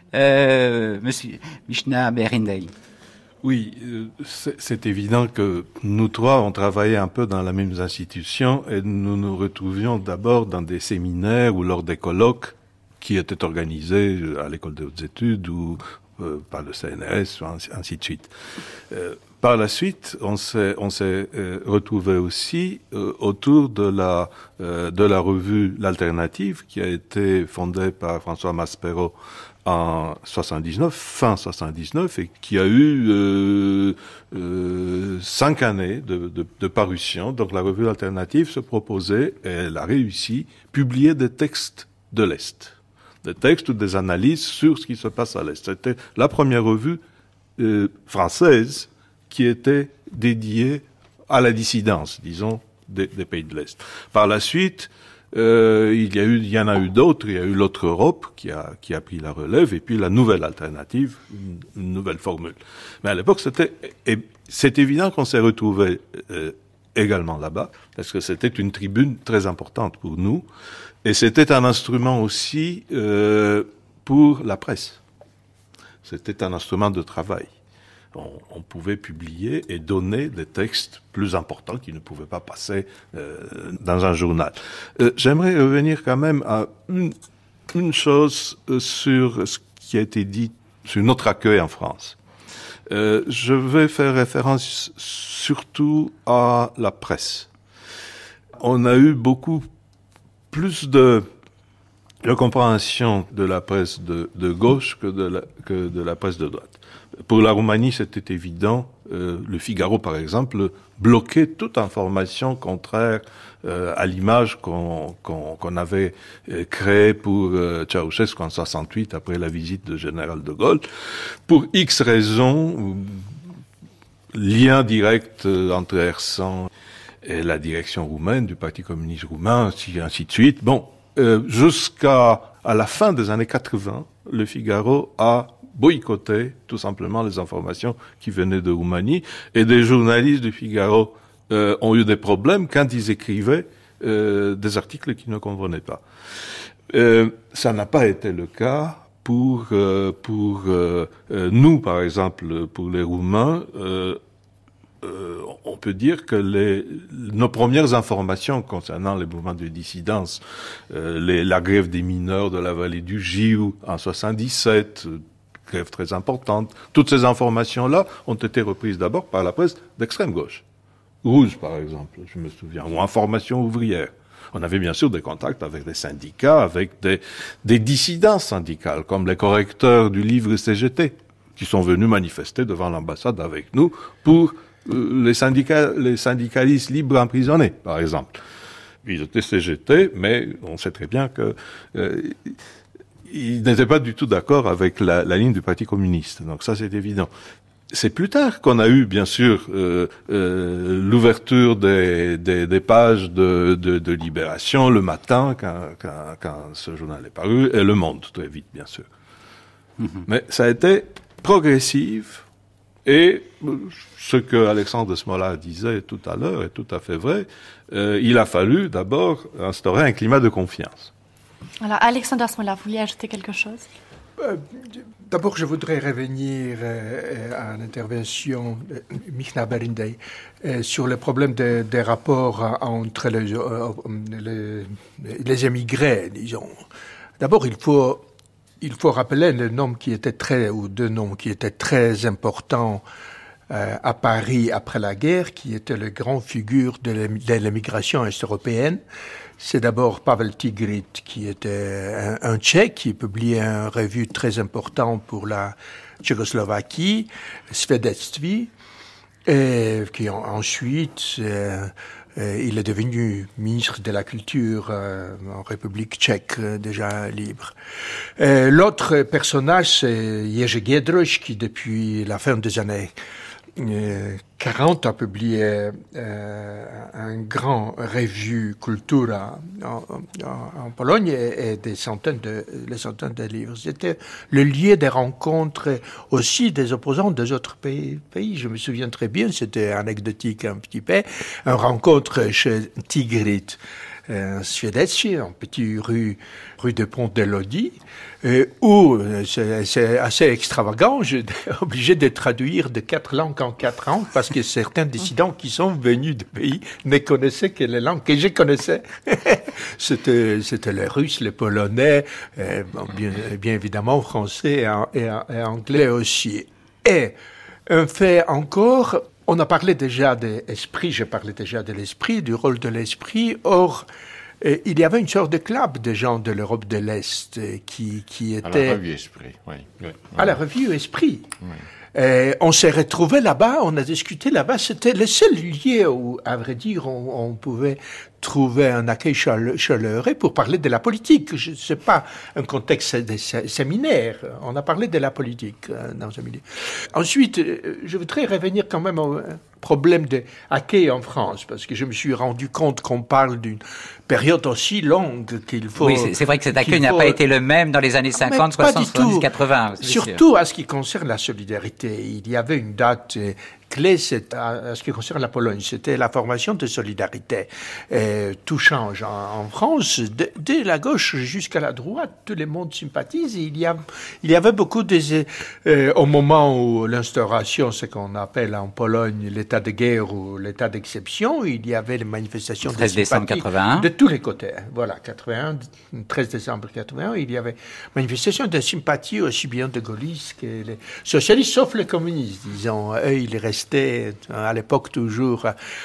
euh, Monsieur Mishna Berendei. Oui, c'est, c'est évident que nous trois, on travaillait un peu dans la même institution et nous nous retrouvions d'abord dans des séminaires ou lors des colloques qui étaient organisés à l'école des hautes études ou euh, par le C N R S, ainsi de suite. Euh, par la suite, on s'est, on s'est euh, retrouvé aussi euh, autour de la euh, de la revue L'Alternative, qui a été fondée par François Maspero en soixante-dix-neuf, fin soixante-dix-neuf, et qui a eu euh, euh, cinq années de, de, de parution. Donc la revue L'Alternative se proposait, et elle a réussi, publier des textes de l'Est. Des textes ou des analyses sur ce qui se passe à l'Est. C'était la première revue euh, française qui était dédiée à la dissidence, disons, des, des pays de l'Est. Par la suite, euh, il y a eu, il y en a eu d'autres. Il y a eu l'autre Europe qui a qui a pris la relève, et puis la nouvelle alternative, une, une nouvelle formule. Mais à l'époque, c'était, et c'est évident qu'on s'est retrouvés euh, également là-bas, parce que c'était une tribune très importante pour nous. Et c'était un instrument aussi euh, pour la presse. C'était un instrument de travail. On, on pouvait publier et donner des textes plus importants qui ne pouvaient pas passer euh, dans un journal. Euh, j'aimerais revenir quand même à une, une chose sur ce qui a été dit sur notre accueil en France. Euh, je vais faire référence surtout à la presse. On a eu beaucoup plus de, de compréhension de la presse de, de gauche que de, la, que de la presse de droite. Pour la Roumanie, c'était évident. Euh, le Figaro, par exemple, bloquait toute information contraire euh, à l'image qu'on, qu'on, qu'on avait euh, créée pour euh, Ceausescu en soixante-huit, après la visite du général de Gaulle. Pour X raisons, lien direct euh, entre Ersan et la direction roumaine du Parti communiste roumain, ainsi, ainsi de suite. Bon, euh, jusqu'à à la fin des années quatre-vingts, Le Figaro a boycotté tout simplement les informations qui venaient de Roumanie, et des journalistes du Figaro euh, ont eu des problèmes quand ils écrivaient euh, des articles qui ne convenaient pas. Euh, ça n'a pas été le cas pour euh, pour euh, euh, nous, par exemple, pour les Roumains. Euh, euh, on peut dire que les, nos premières informations concernant les mouvements de dissidence, euh, les, la grève des mineurs de la vallée du Giu en soixante-dix-sept, grève très importante, toutes ces informations-là ont été reprises d'abord par la presse d'extrême gauche. Rouge, par exemple, je me souviens, ou Information ouvrière. On avait bien sûr des contacts avec des syndicats, avec des, des dissidents syndicales, comme les correcteurs du livre C G T, qui sont venus manifester devant l'ambassade avec nous pour euh, les, syndicats, les syndicalistes libres emprisonnés, par exemple. Ils étaient C G T, mais on sait très bien que euh, ils n'étaient pas du tout d'accord avec la, la ligne du Parti communiste. Donc ça, c'est évident. C'est plus tard qu'on a eu, bien sûr, euh, euh, l'ouverture des, des, des pages de, de, de Libération, Le Matin, quand, quand, quand ce journal est paru, et Le Monde, très vite, bien sûr. Mm-hmm. Mais ça a été progressif, et ce que Alexandre Smolar disait tout à l'heure est tout à fait vrai. Euh, il a fallu d'abord instaurer un climat de confiance. Alors, Alexander Smolar, vous vouliez ajouter quelque chose ? Euh, D'abord, je voudrais revenir euh, à l'intervention de Michna Berindey euh, sur le problème des de rapports entre les, euh, les, les émigrés, disons. D'abord, il faut, il faut rappeler le nom qui était très, ou deux noms qui étaient très importants euh, à Paris après la guerre, qui étaient les grandes figures de l'émigration est-européenne. C'est d'abord Pavel Tigrit, qui était un, un Tchèque, qui publiait une revue très importante pour la Tchécoslovaquie, Svedectví, et qui ensuite, euh, il est devenu ministre de la Culture euh, en République tchèque, euh, déjà libre. Et l'autre personnage, c'est Jerzy Giedroyc, qui depuis la fin des années quarante a publié euh, un grand revue Kultura en, en, en Pologne et, et des centaines de, des centaines de livres. C'était le lieu des rencontres aussi des opposants des autres pays. pays. Je me souviens très bien, c'était anecdotique un petit peu, une rencontre chez Tigrit, en Svedectví, en petite rue, rue de Pont-de-Lodi, euh, où c'est, c'est assez extravagant, j'étais obligé de traduire de quatre langues en quatre langues, parce que certains dissidents qui sont venus de pays ne connaissaient que les langues que je connaissais. c'était, c'était les Russes, les Polonais, euh, bon, bien, bien évidemment français et, et, et anglais aussi. Et un fait encore, on a parlé déjà de l'esprit, j'ai parlé déjà de l'esprit, du rôle de l'esprit. Or, euh, il y avait une sorte de club de gens de l'Europe de l'Est euh, qui, qui était... À la revue Esprit, oui. oui. À la revue Esprit. Oui. Euh, on s'est retrouvés là-bas, on a discuté là-bas. C'était le seul lieu où, à vrai dire, on, on pouvait trouver un accueil chaleureux pour parler de la politique. Je ne sais pas, un contexte de séminaire. On a parlé de la politique euh, dans ce milieu. Ensuite, je voudrais revenir quand même au problème de accueil en France, parce que je me suis rendu compte qu'on parle d'une période aussi longue qu'il faut... Oui, c'est, c'est vrai que cet accueil n'a faut... pas été le même dans les années cinquante, soixante, soixante-dix, quatre-vingts. Surtout à ce qui concerne la solidarité. Il y avait une date clé, c'est à, à ce qui concerne la Pologne, c'était la formation de solidarité. Et tout change en, en France, de, de la gauche jusqu'à la droite, tout le monde sympathise. Il y, a, il y avait beaucoup de... Euh, au moment où l'instauration, ce qu'on appelle en Pologne l'état de guerre ou l'état d'exception, il y avait les manifestations treize décembre quatre-vingt-un. De tous les côtés. Voilà, quatre-vingt-un, treize décembre quatre-vingt-un, il y avait manifestation de sympathie aussi bien de gaullistes que les socialistes, sauf les communistes, disons. Eux, ils restaient à l'époque toujours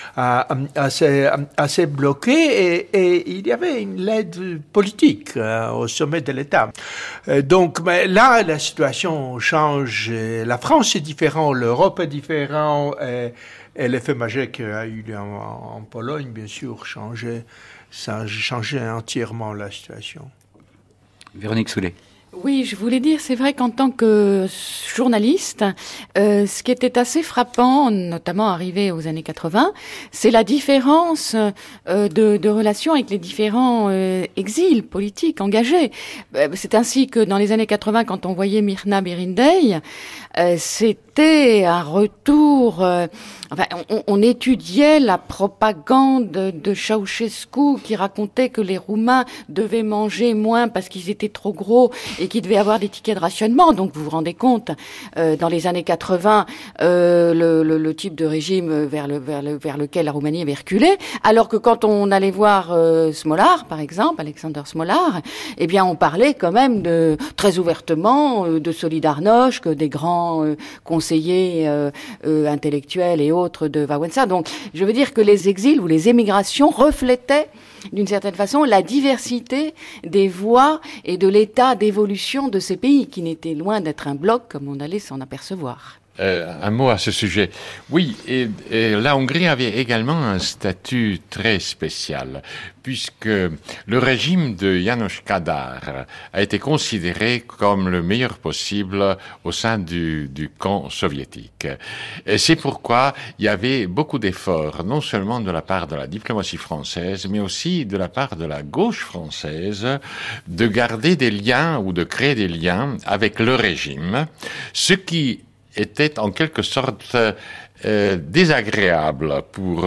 assez, assez bloqués et, et il y avait une aide politique euh, au sommet de l'État. Euh, donc mais là, la situation change. La France est différente, l'Europe est différente et, et l'effet majeur qu'il y a eu en, en Pologne, bien sûr, changeait, ça a changé entièrement la situation. Véronique Soulet. Oui, je voulais dire, c'est vrai qu'en tant que journaliste, euh, ce qui était assez frappant, notamment arrivé aux années quatre-vingts, c'est la différence euh, de, de relations avec les différents euh, exils politiques engagés. Euh, c'est ainsi que dans les années quatre-vingts, quand on voyait Mirna Berindei, euh, c'était un retour... Euh, enfin, on, on étudiait la propagande de Ceausescu qui racontait que les Roumains devaient manger moins parce qu'ils étaient trop gros et qu'il devait avoir des tickets de rationnement. Donc vous vous rendez compte, euh, dans les années quatre-vingts, euh, le, le, le type de régime vers, le, vers, le, vers lequel la Roumanie avait reculé, alors que quand on allait voir euh, Smolar, par exemple, Alexander Smolar, eh bien on parlait quand même de très ouvertement euh, de Solidarność, des grands euh, conseillers euh, euh, intellectuels et autres de Wałęsa. Donc je veux dire que les exils ou les émigrations reflétaient d'une certaine façon la diversité des voies et de l'état d'évolution de ces pays, qui n'étaient loin d'être un bloc comme on allait s'en apercevoir. Euh, un mot à ce sujet. Oui, et, et la Hongrie avait également un statut très spécial, puisque le régime de János Kádár a été considéré comme le meilleur possible au sein du, du camp soviétique. Et c'est pourquoi il y avait beaucoup d'efforts, non seulement de la part de la diplomatie française, mais aussi de la part de la gauche française, de garder des liens ou de créer des liens avec le régime, ce qui était en quelque sorte euh, désagréable pour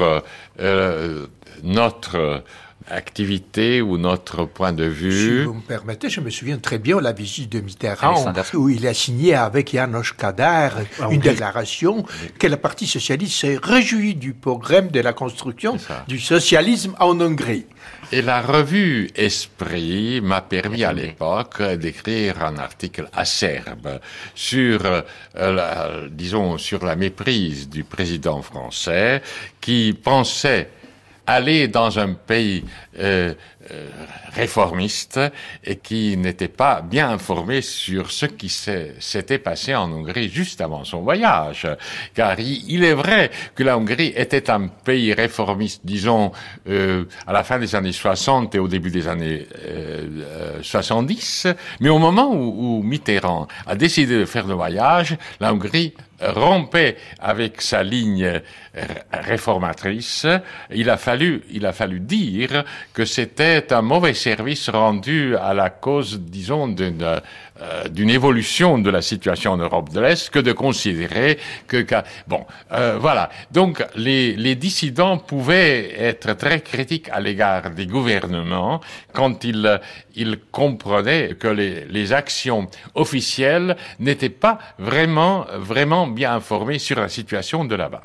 euh, notre activité ou notre point de vue. Si vous me permettez, je me souviens très bien de la visite de Mitterrand, où il a signé avec János Kádár ah, une déclaration que la partie socialiste s'est réjouie du programme de la construction du socialisme en Hongrie. Et la revue Esprit m'a permis à l'époque d'écrire un article acerbe sur, euh, la, disons, sur la méprise du président français qui pensait aller dans un pays euh, euh, réformiste et qui n'était pas bien informé sur ce qui s'était passé en Hongrie juste avant son voyage. Car il, il est vrai que la Hongrie était un pays réformiste, disons, euh, à la fin des années soixante et au début des années euh, euh, soixante-dix, mais au moment où, où Mitterrand a décidé de faire le voyage, la Hongrie rompait avec sa ligne réformatrice. Il a fallu, il a fallu dire que c'était un mauvais service rendu à la cause, disons, d'une euh, d'une évolution de la situation en Europe de l'Est que de considérer que, que bon, euh, voilà. Donc les les dissidents pouvaient être très critiques à l'égard des gouvernements quand ils ils comprenaient que les les actions officielles n'étaient pas vraiment vraiment bien informées sur la situation de là-bas.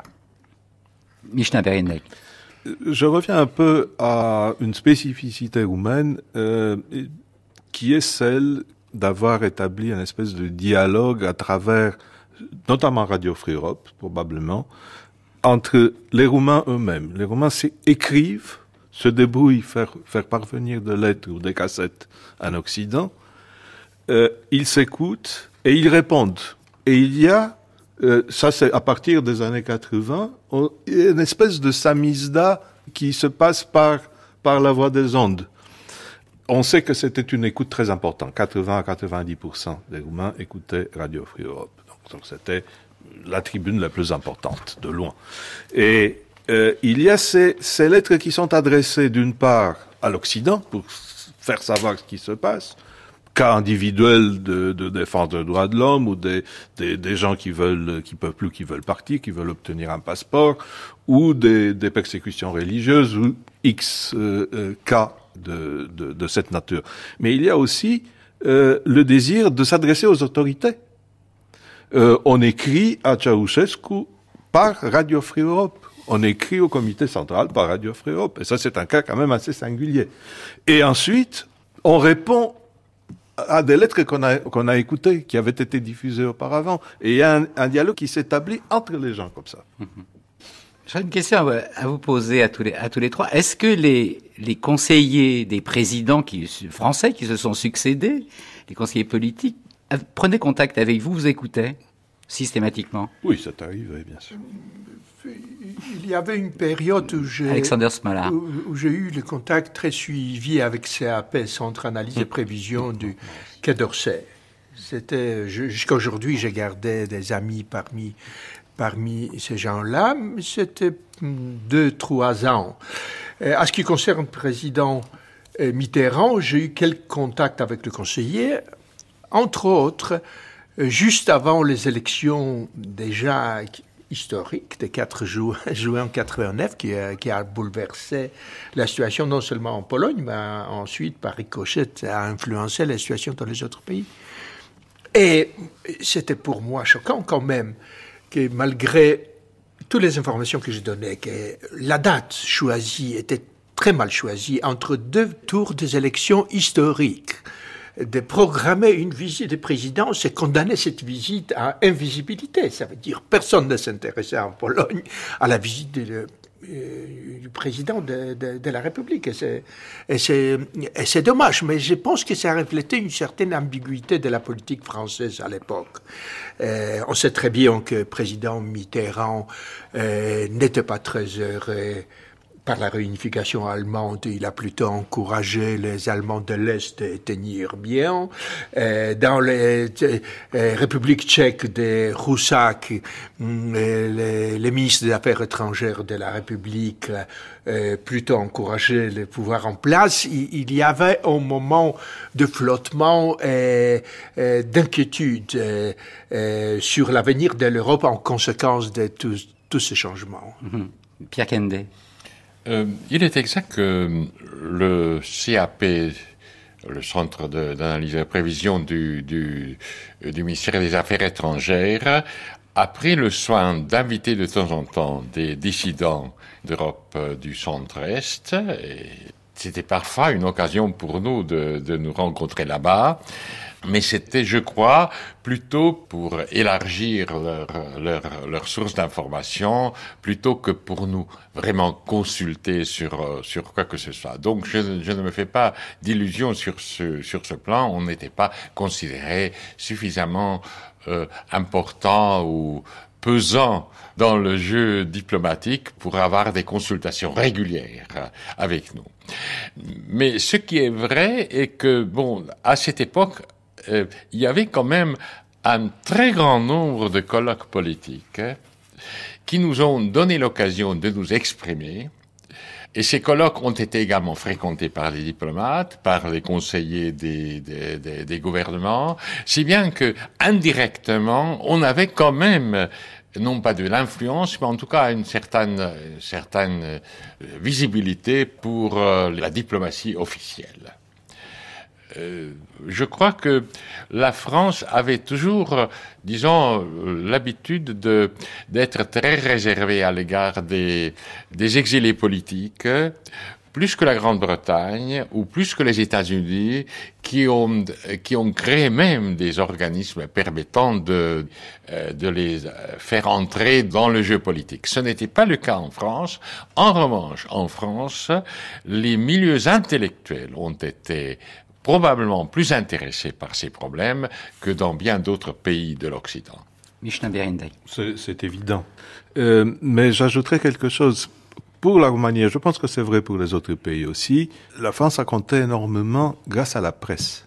Mirna Berindei. Je reviens un peu à une spécificité roumaine euh, qui est celle d'avoir établi une espèce de dialogue à travers, notamment Radio Free Europe, probablement, entre les Roumains eux-mêmes. Les Roumains écrivent, se débrouillent, faire, faire parvenir des lettres ou des cassettes en Occident, euh, ils s'écoutent et ils répondent. Et il y a Euh, ça, c'est à partir des années quatre-vingts, on, il y a une espèce de samizdat qui se passe par, par la voie des ondes. On sait que c'était une écoute très importante. quatre-vingts à quatre-vingt-dix pour cent des Roumains écoutaient Radio Free Europe. Donc, donc c'était la tribune la plus importante, de loin. Et euh, il y a ces, ces lettres qui sont adressées d'une part à l'Occident, pour faire savoir ce qui se passe, cas individuels de, de défense des droits de l'homme ou des, des, des gens qui veulent, qui peuvent plus, qui veulent partir, qui veulent obtenir un passeport, ou des, des persécutions religieuses ou X euh, euh, cas de, de, de cette nature. Mais il y a aussi euh, le désir de s'adresser aux autorités. Euh, on écrit à Ceausescu par Radio Free Europe. On écrit au comité central par Radio Free Europe. Et ça, c'est un cas quand même assez singulier. Et ensuite, on répond à des lettres qu'on a, qu'on a écoutées, qui avaient été diffusées auparavant. Et il y a un, un dialogue qui s'établit entre les gens comme ça. J'ai une question à vous poser à tous les, à tous les trois. Est-ce que les, les conseillers des présidents qui, français qui se sont succédés, les conseillers politiques, prenaient contact avec vous, vous écoutaient? systématiquement? Oui, ça t'arrivait, bien sûr. Il y avait une période où j'ai, Alexander Smolar. où, où j'ai eu le contact très suivi avec C A P, Centre Analyse et Prévision du Quai d'Orsay. C'était, jusqu'à aujourd'hui, j'ai gardé des amis parmi, parmi ces gens-là, mais c'était deux, trois ans. Et à ce qui concerne le président Mitterrand, j'ai eu quelques contacts avec le conseiller, entre autres, juste avant les élections déjà historique des quatre juin, juin quatre-vingt-neuf qui a, qui a bouleversé la situation non seulement en Pologne, mais ensuite, par ricochet, a influencé la situation dans les autres pays. Et c'était pour moi choquant quand même que malgré toutes les informations que j'ai données, que la date choisie était très mal choisie entre deux tours des élections historiques. De programmer une visite du président, c'est condamner cette visite à invisibilité. Ça veut dire personne ne s'intéressait en Pologne à la visite de, euh, du président de, de, de la République. Et c'est, et, c'est, et c'est dommage, mais je pense que ça reflétait une certaine ambiguïté de la politique française à l'époque. Euh, on sait très bien que le président Mitterrand euh, n'était pas très heureux par la réunification allemande. Il a plutôt encouragé les Allemands de l'Est à tenir bien. Euh, dans les euh, républiques tchèques de Roussak, les, les ministres des Affaires étrangères de la République euh, plutôt encouragé le pouvoir en place. Il, il y avait un moment de flottement et, et d'inquiétude euh, euh, sur l'avenir de l'Europe en conséquence de tous, tous ces changements. Mmh. Pierre Kende. Euh, il est exact que le C A P, le Centre de, d'analyse et de prévision du, du, du ministère des Affaires étrangères, a pris le soin d'inviter de temps en temps des dissidents d'Europe du centre-est. Et c'était parfois une occasion pour nous de, de nous rencontrer là-bas. Mais c'était, je crois, plutôt pour élargir leur, leur, leur source d'information, plutôt que pour nous vraiment consulter sur, sur quoi que ce soit. Donc, je, je ne me fais pas d'illusions sur ce, sur ce plan. On n'était pas considéré suffisamment euh, important ou pesant dans le jeu diplomatique pour avoir des consultations régulières avec nous. Mais ce qui est vrai est que, bon, à cette époque, Euh, il y avait quand même un très grand nombre de colloques politiques hein, qui nous ont donné l'occasion de nous exprimer. Et ces colloques ont été également fréquentés par les diplomates, par les conseillers des, des, des, des gouvernements, si bien que, indirectement, on avait quand même, non pas de l'influence, mais en tout cas une certaine, une certaine visibilité pour euh, la diplomatie officielle. Euh, je crois que la France avait toujours, euh, disons, euh, l'habitude de, d'être très réservée à l'égard des, des exilés politiques, plus que la Grande-Bretagne ou plus que les États-Unis, qui ont, qui ont créé même des organismes permettant de, euh, de les faire entrer dans le jeu politique. Ce n'était pas le cas en France. En revanche, en France, les milieux intellectuels ont été probablement plus intéressés par ces problèmes que dans bien d'autres pays de l'Occident. Mishna Berendai. C'est, c'est évident. Euh, mais j'ajouterais quelque chose. Pour la Roumanie, je pense que c'est vrai pour les autres pays aussi, la France a compté énormément grâce à la presse.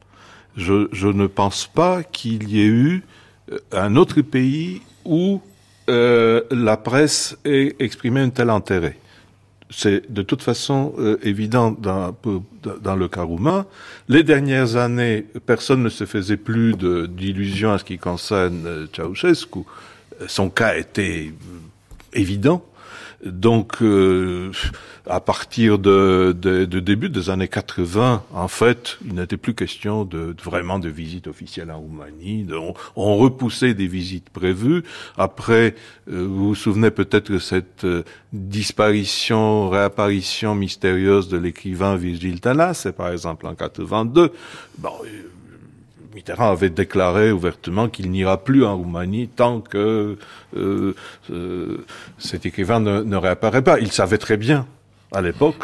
Je, je ne pense pas qu'il y ait eu un autre pays où euh, la presse ait exprimé un tel intérêt. C'est de toute façon euh, évident dans, dans le cas roumain. Les dernières années, personne ne se faisait plus de, d'illusions à ce qui concerne euh, Ceausescu. Son cas était évident. Donc, euh, à partir de, de, de début des années quatre-vingts, en fait, il n'était plus question de, de vraiment de visites officielles en Roumanie. De, on, on repoussait des visites prévues. Après, euh, vous vous souvenez peut-être de cette euh, disparition, réapparition mystérieuse de l'écrivain Virgile Tanasse, par exemple en quatre-vingt-deux. Bon, euh, Mitterrand avait déclaré ouvertement qu'il n'ira plus en Roumanie tant que euh, euh, cet écrivain ne, ne réapparaît pas. Il savait très bien, à l'époque,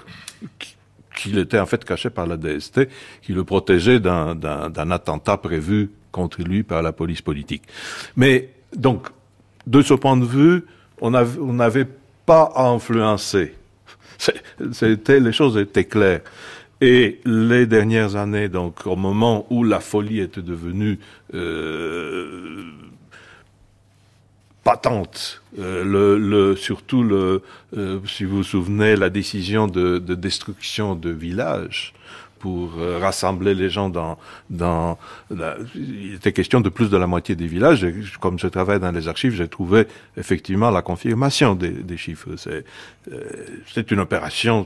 qu'il était en fait caché par la D S T, qui le protégeait d'un, d'un, d'un attentat prévu contre lui par la police politique. Mais Donc, de ce point de vue, on n'avait pas à influencer. C'était, les choses étaient claires. Et les dernières années, donc, au moment où la folie était devenue euh, patente, euh, le, le, surtout, le, euh, si vous vous souvenez, la décision de, de destruction de villages pour euh, rassembler les gens dans... dans la, il était question de plus de la moitié des villages. Et comme je travaille dans les archives, j'ai trouvé effectivement la confirmation des, des chiffres. C'est, euh, c'est une opération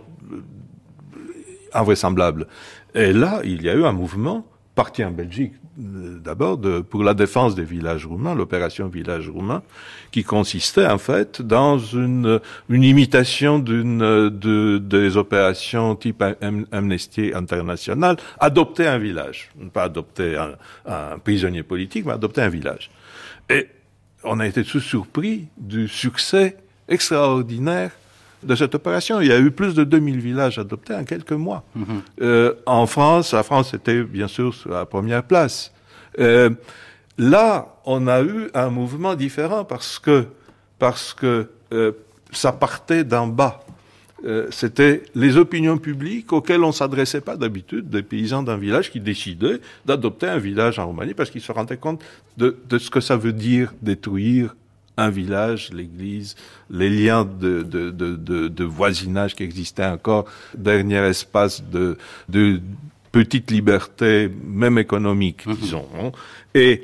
invraisemblable. Et là, il y a eu un mouvement parti en Belgique, d'abord, de, pour la défense des villages roumains, l'opération Village roumain, qui consistait en fait dans une, une imitation d'une, de, des opérations type Amnesty International, adopter un village. Pas adopter un, un prisonnier politique, mais adopter un village. Et on a été tous surpris du succès extraordinaire de cette opération. Il y a eu plus de deux mille villages adoptés en quelques mois. Mmh. Euh, en France, la France était bien sûr sur la première place. Euh, là, on a eu un mouvement différent parce que parce que euh, ça partait d'en bas. Euh, c'était les opinions publiques auxquelles on s'adressait pas d'habitude, des paysans d'un village qui décidaient d'adopter un village en Roumanie parce qu'ils se rendaient compte de, de ce que ça veut dire détruire un village, l'église, les liens de, de, de, de, de voisinage qui existaient encore, dernier espace de, de petite liberté, même économique, mmh. disons. Et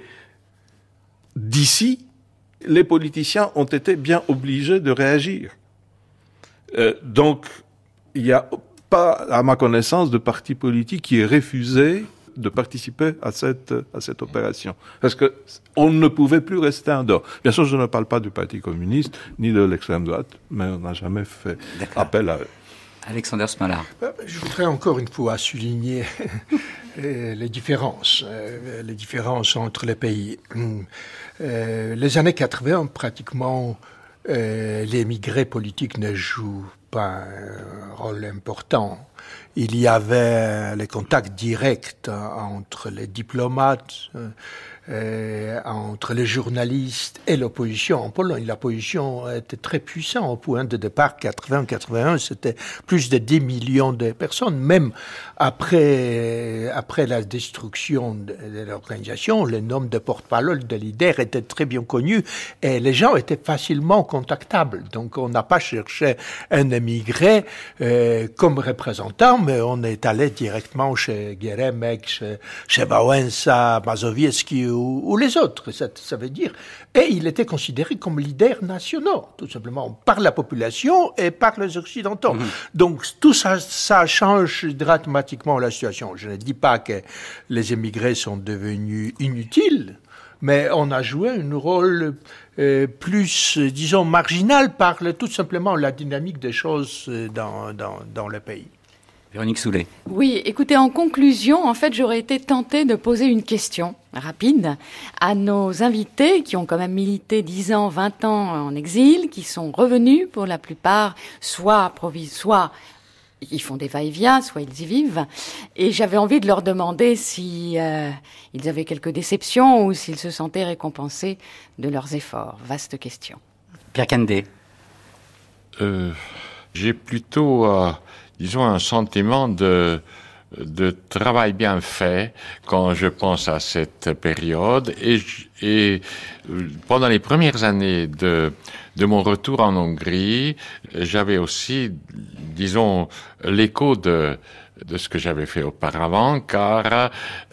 d'ici, les politiciens ont été bien obligés de réagir. Euh, donc, il n'y a pas, à ma connaissance, de parti politique qui ait refusé de participer à cette à cette opération, parce que on ne pouvait plus rester en dehors. Bien sûr, je ne parle pas du Parti communiste ni de l'extrême droite, mais on n'a jamais fait D'accord. appel à eux. Alexander Smolard. Je voudrais encore une fois souligner les différences, les différences entre les pays. Les années quatre-vingts, pratiquement, les émigrés politiques ne jouent pas un rôle important. Il y avait les contacts directs entre les diplomates, euh, entre les journalistes et l'opposition. En Pologne, l'opposition était très puissante au point de départ. quatre-vingts quatre-vingt-un, c'était plus de dix millions de personnes. Même après, après la destruction de, de l'organisation, le nombre de porte-parole, de leaders était très bien connu et les gens étaient facilement contactables. Donc, on n'a pas cherché un émigré euh, comme représentant, mais on est allé directement chez Geremek, chez, chez Wałęsa, Mazowiecki ou, ou les autres, ça, ça veut dire. Et il était considéré comme leader national, tout simplement, par la population et par les Occidentaux. Mmh. Donc tout ça, ça change dramatiquement la situation. Je ne dis pas que les émigrés sont devenus inutiles, mais on a joué un rôle euh, plus, euh, disons, marginal par le, tout simplement la dynamique des choses dans, dans, dans le pays. Véronique Soulet. Oui, écoutez, en conclusion, en fait, j'aurais été tentée de poser une question rapide à nos invités qui ont quand même milité dix ans, vingt ans en exil, qui sont revenus pour la plupart, soit provis, soit ils font des va-et-vient, soit ils y vivent. Et j'avais envie de leur demander si euh, ils avaient quelques déceptions ou s'ils se sentaient récompensés de leurs efforts. Vaste question. Pierre Kendé. Euh, j'ai plutôt... Euh... disons, un sentiment de, de travail bien fait quand je pense à cette période. Et, et pendant les premières années de, de mon retour en Hongrie, j'avais aussi, disons, l'écho de, de ce que j'avais fait auparavant, car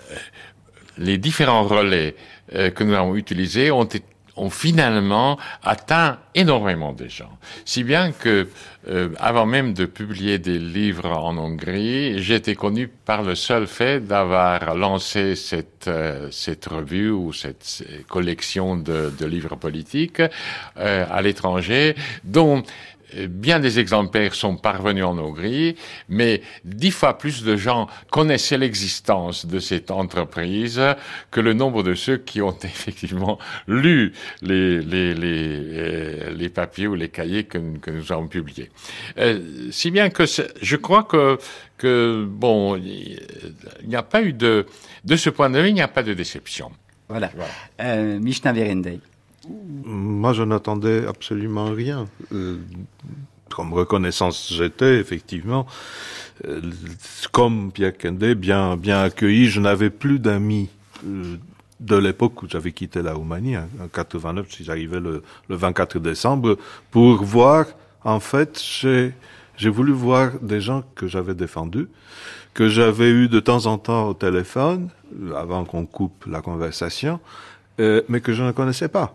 les différents relais que nous avons utilisés ont été ont finalement atteint énormément de gens. Si bien que, euh, avant même de publier des livres en Hongrie, j'ai été connu par le seul fait d'avoir lancé cette, euh, cette revue ou cette collection de, de livres politiques euh, à l'étranger, dont bien des exemplaires sont parvenus en Hongrie, mais dix fois plus de gens connaissaient l'existence de cette entreprise que le nombre de ceux qui ont effectivement lu les, les, les, les papiers ou les cahiers que, que nous avons publiés. Euh, si bien que je crois que, que bon, il n'y a pas eu de, de ce point de vue, il n'y a pas de déception. Voilà. voilà. Euh, Mishna Verendey. Moi, je n'attendais absolument rien. Euh, comme reconnaissance, j'étais effectivement, euh, comme Pierre Kende, bien, bien accueilli. Je n'avais plus d'amis euh, de l'époque où j'avais quitté la Roumanie, hein, en quatre-vingt-neuf, si j'arrivais le, le vingt-quatre décembre, pour voir, en fait, j'ai, j'ai voulu voir des gens que j'avais défendus, que j'avais eu de temps en temps au téléphone, avant qu'on coupe la conversation, euh, mais que je ne connaissais pas.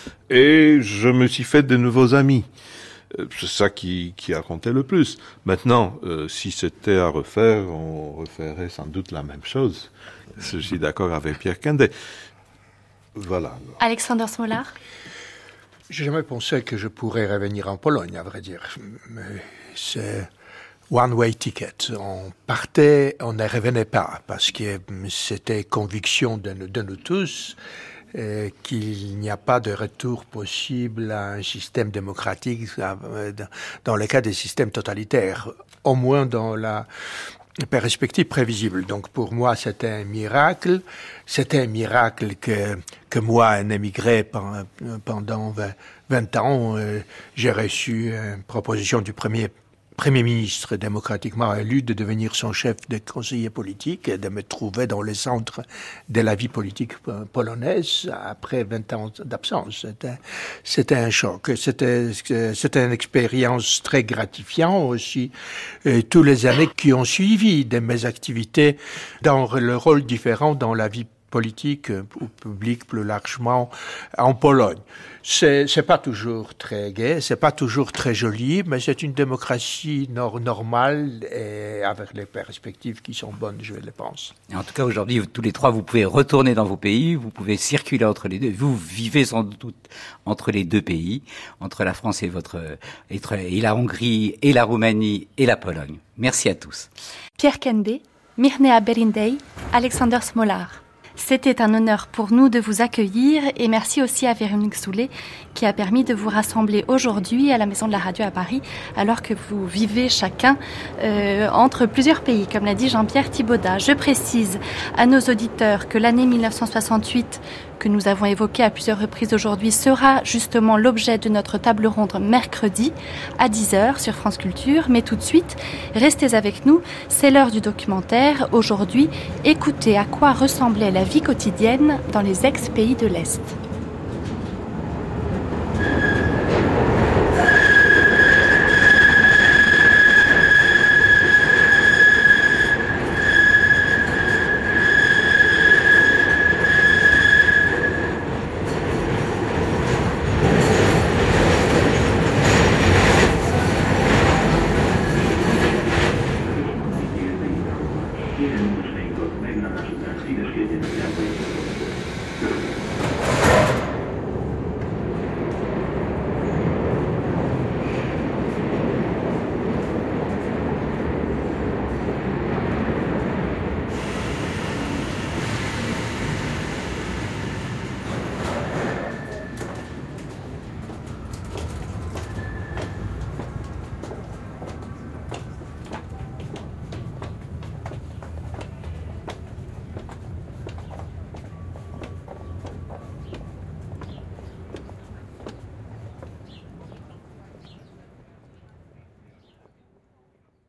Et je me suis fait de nouveaux amis. C'est ça qui, qui a compté le plus. Maintenant, euh, si c'était à refaire, on referait sans doute la même chose. Je suis d'accord avec Pierre Kende. Voilà. Alexander Smolar. J'ai jamais pensé que je pourrais revenir en Pologne, à vrai dire. Mais c'est one-way ticket. On partait, on ne revenait pas, parce que c'était conviction de nous, de nous tous euh, qu'il n'y a pas de retour possible à un système démocratique euh, dans le cas des systèmes totalitaires, au moins dans la perspective prévisible. Donc pour moi, c'était un miracle. C'était un miracle que, que moi, un émigré pendant vingt ans, euh, j'ai reçu une proposition du premier Premier ministre démocratiquement élu de devenir son chef de conseiller politique et de me trouver dans le centre de la vie politique polonaise après vingt ans d'absence. C'était, c'était un choc. C'était, c'était une expérience très gratifiante aussi. Et tous les années qui ont suivi de mes activités dans le rôle différent dans la vie politique ou publique plus largement en Pologne. C'est, c'est pas toujours très gai, c'est pas toujours très joli, mais c'est une démocratie nor- normale et avec les perspectives qui sont bonnes, je le pense. Et en tout cas, aujourd'hui, tous les trois, vous pouvez retourner dans vos pays, vous pouvez circuler entre les deux. Vous vivez sans doute entre les deux pays, entre la France et votre, et la Hongrie, et la Roumanie, et la Pologne. Merci à tous. Pierre Kende, Mirnea Berindei, Alexander Smolar. C'était un honneur pour nous de vous accueillir et merci aussi à Véronique Soulet qui a permis de vous rassembler aujourd'hui à la Maison de la Radio à Paris alors que vous vivez chacun euh, entre plusieurs pays, comme l'a dit Jean-Pierre Thibaudat. Je précise à nos auditeurs que l'année mille neuf cent soixante-huit que nous avons évoquée à plusieurs reprises aujourd'hui sera justement l'objet de notre table ronde mercredi à dix heures sur France Culture. Mais tout de suite, restez avec nous, c'est l'heure du documentaire. Aujourd'hui, écoutez à quoi ressemblait la vie quotidienne dans les ex-pays de l'Est.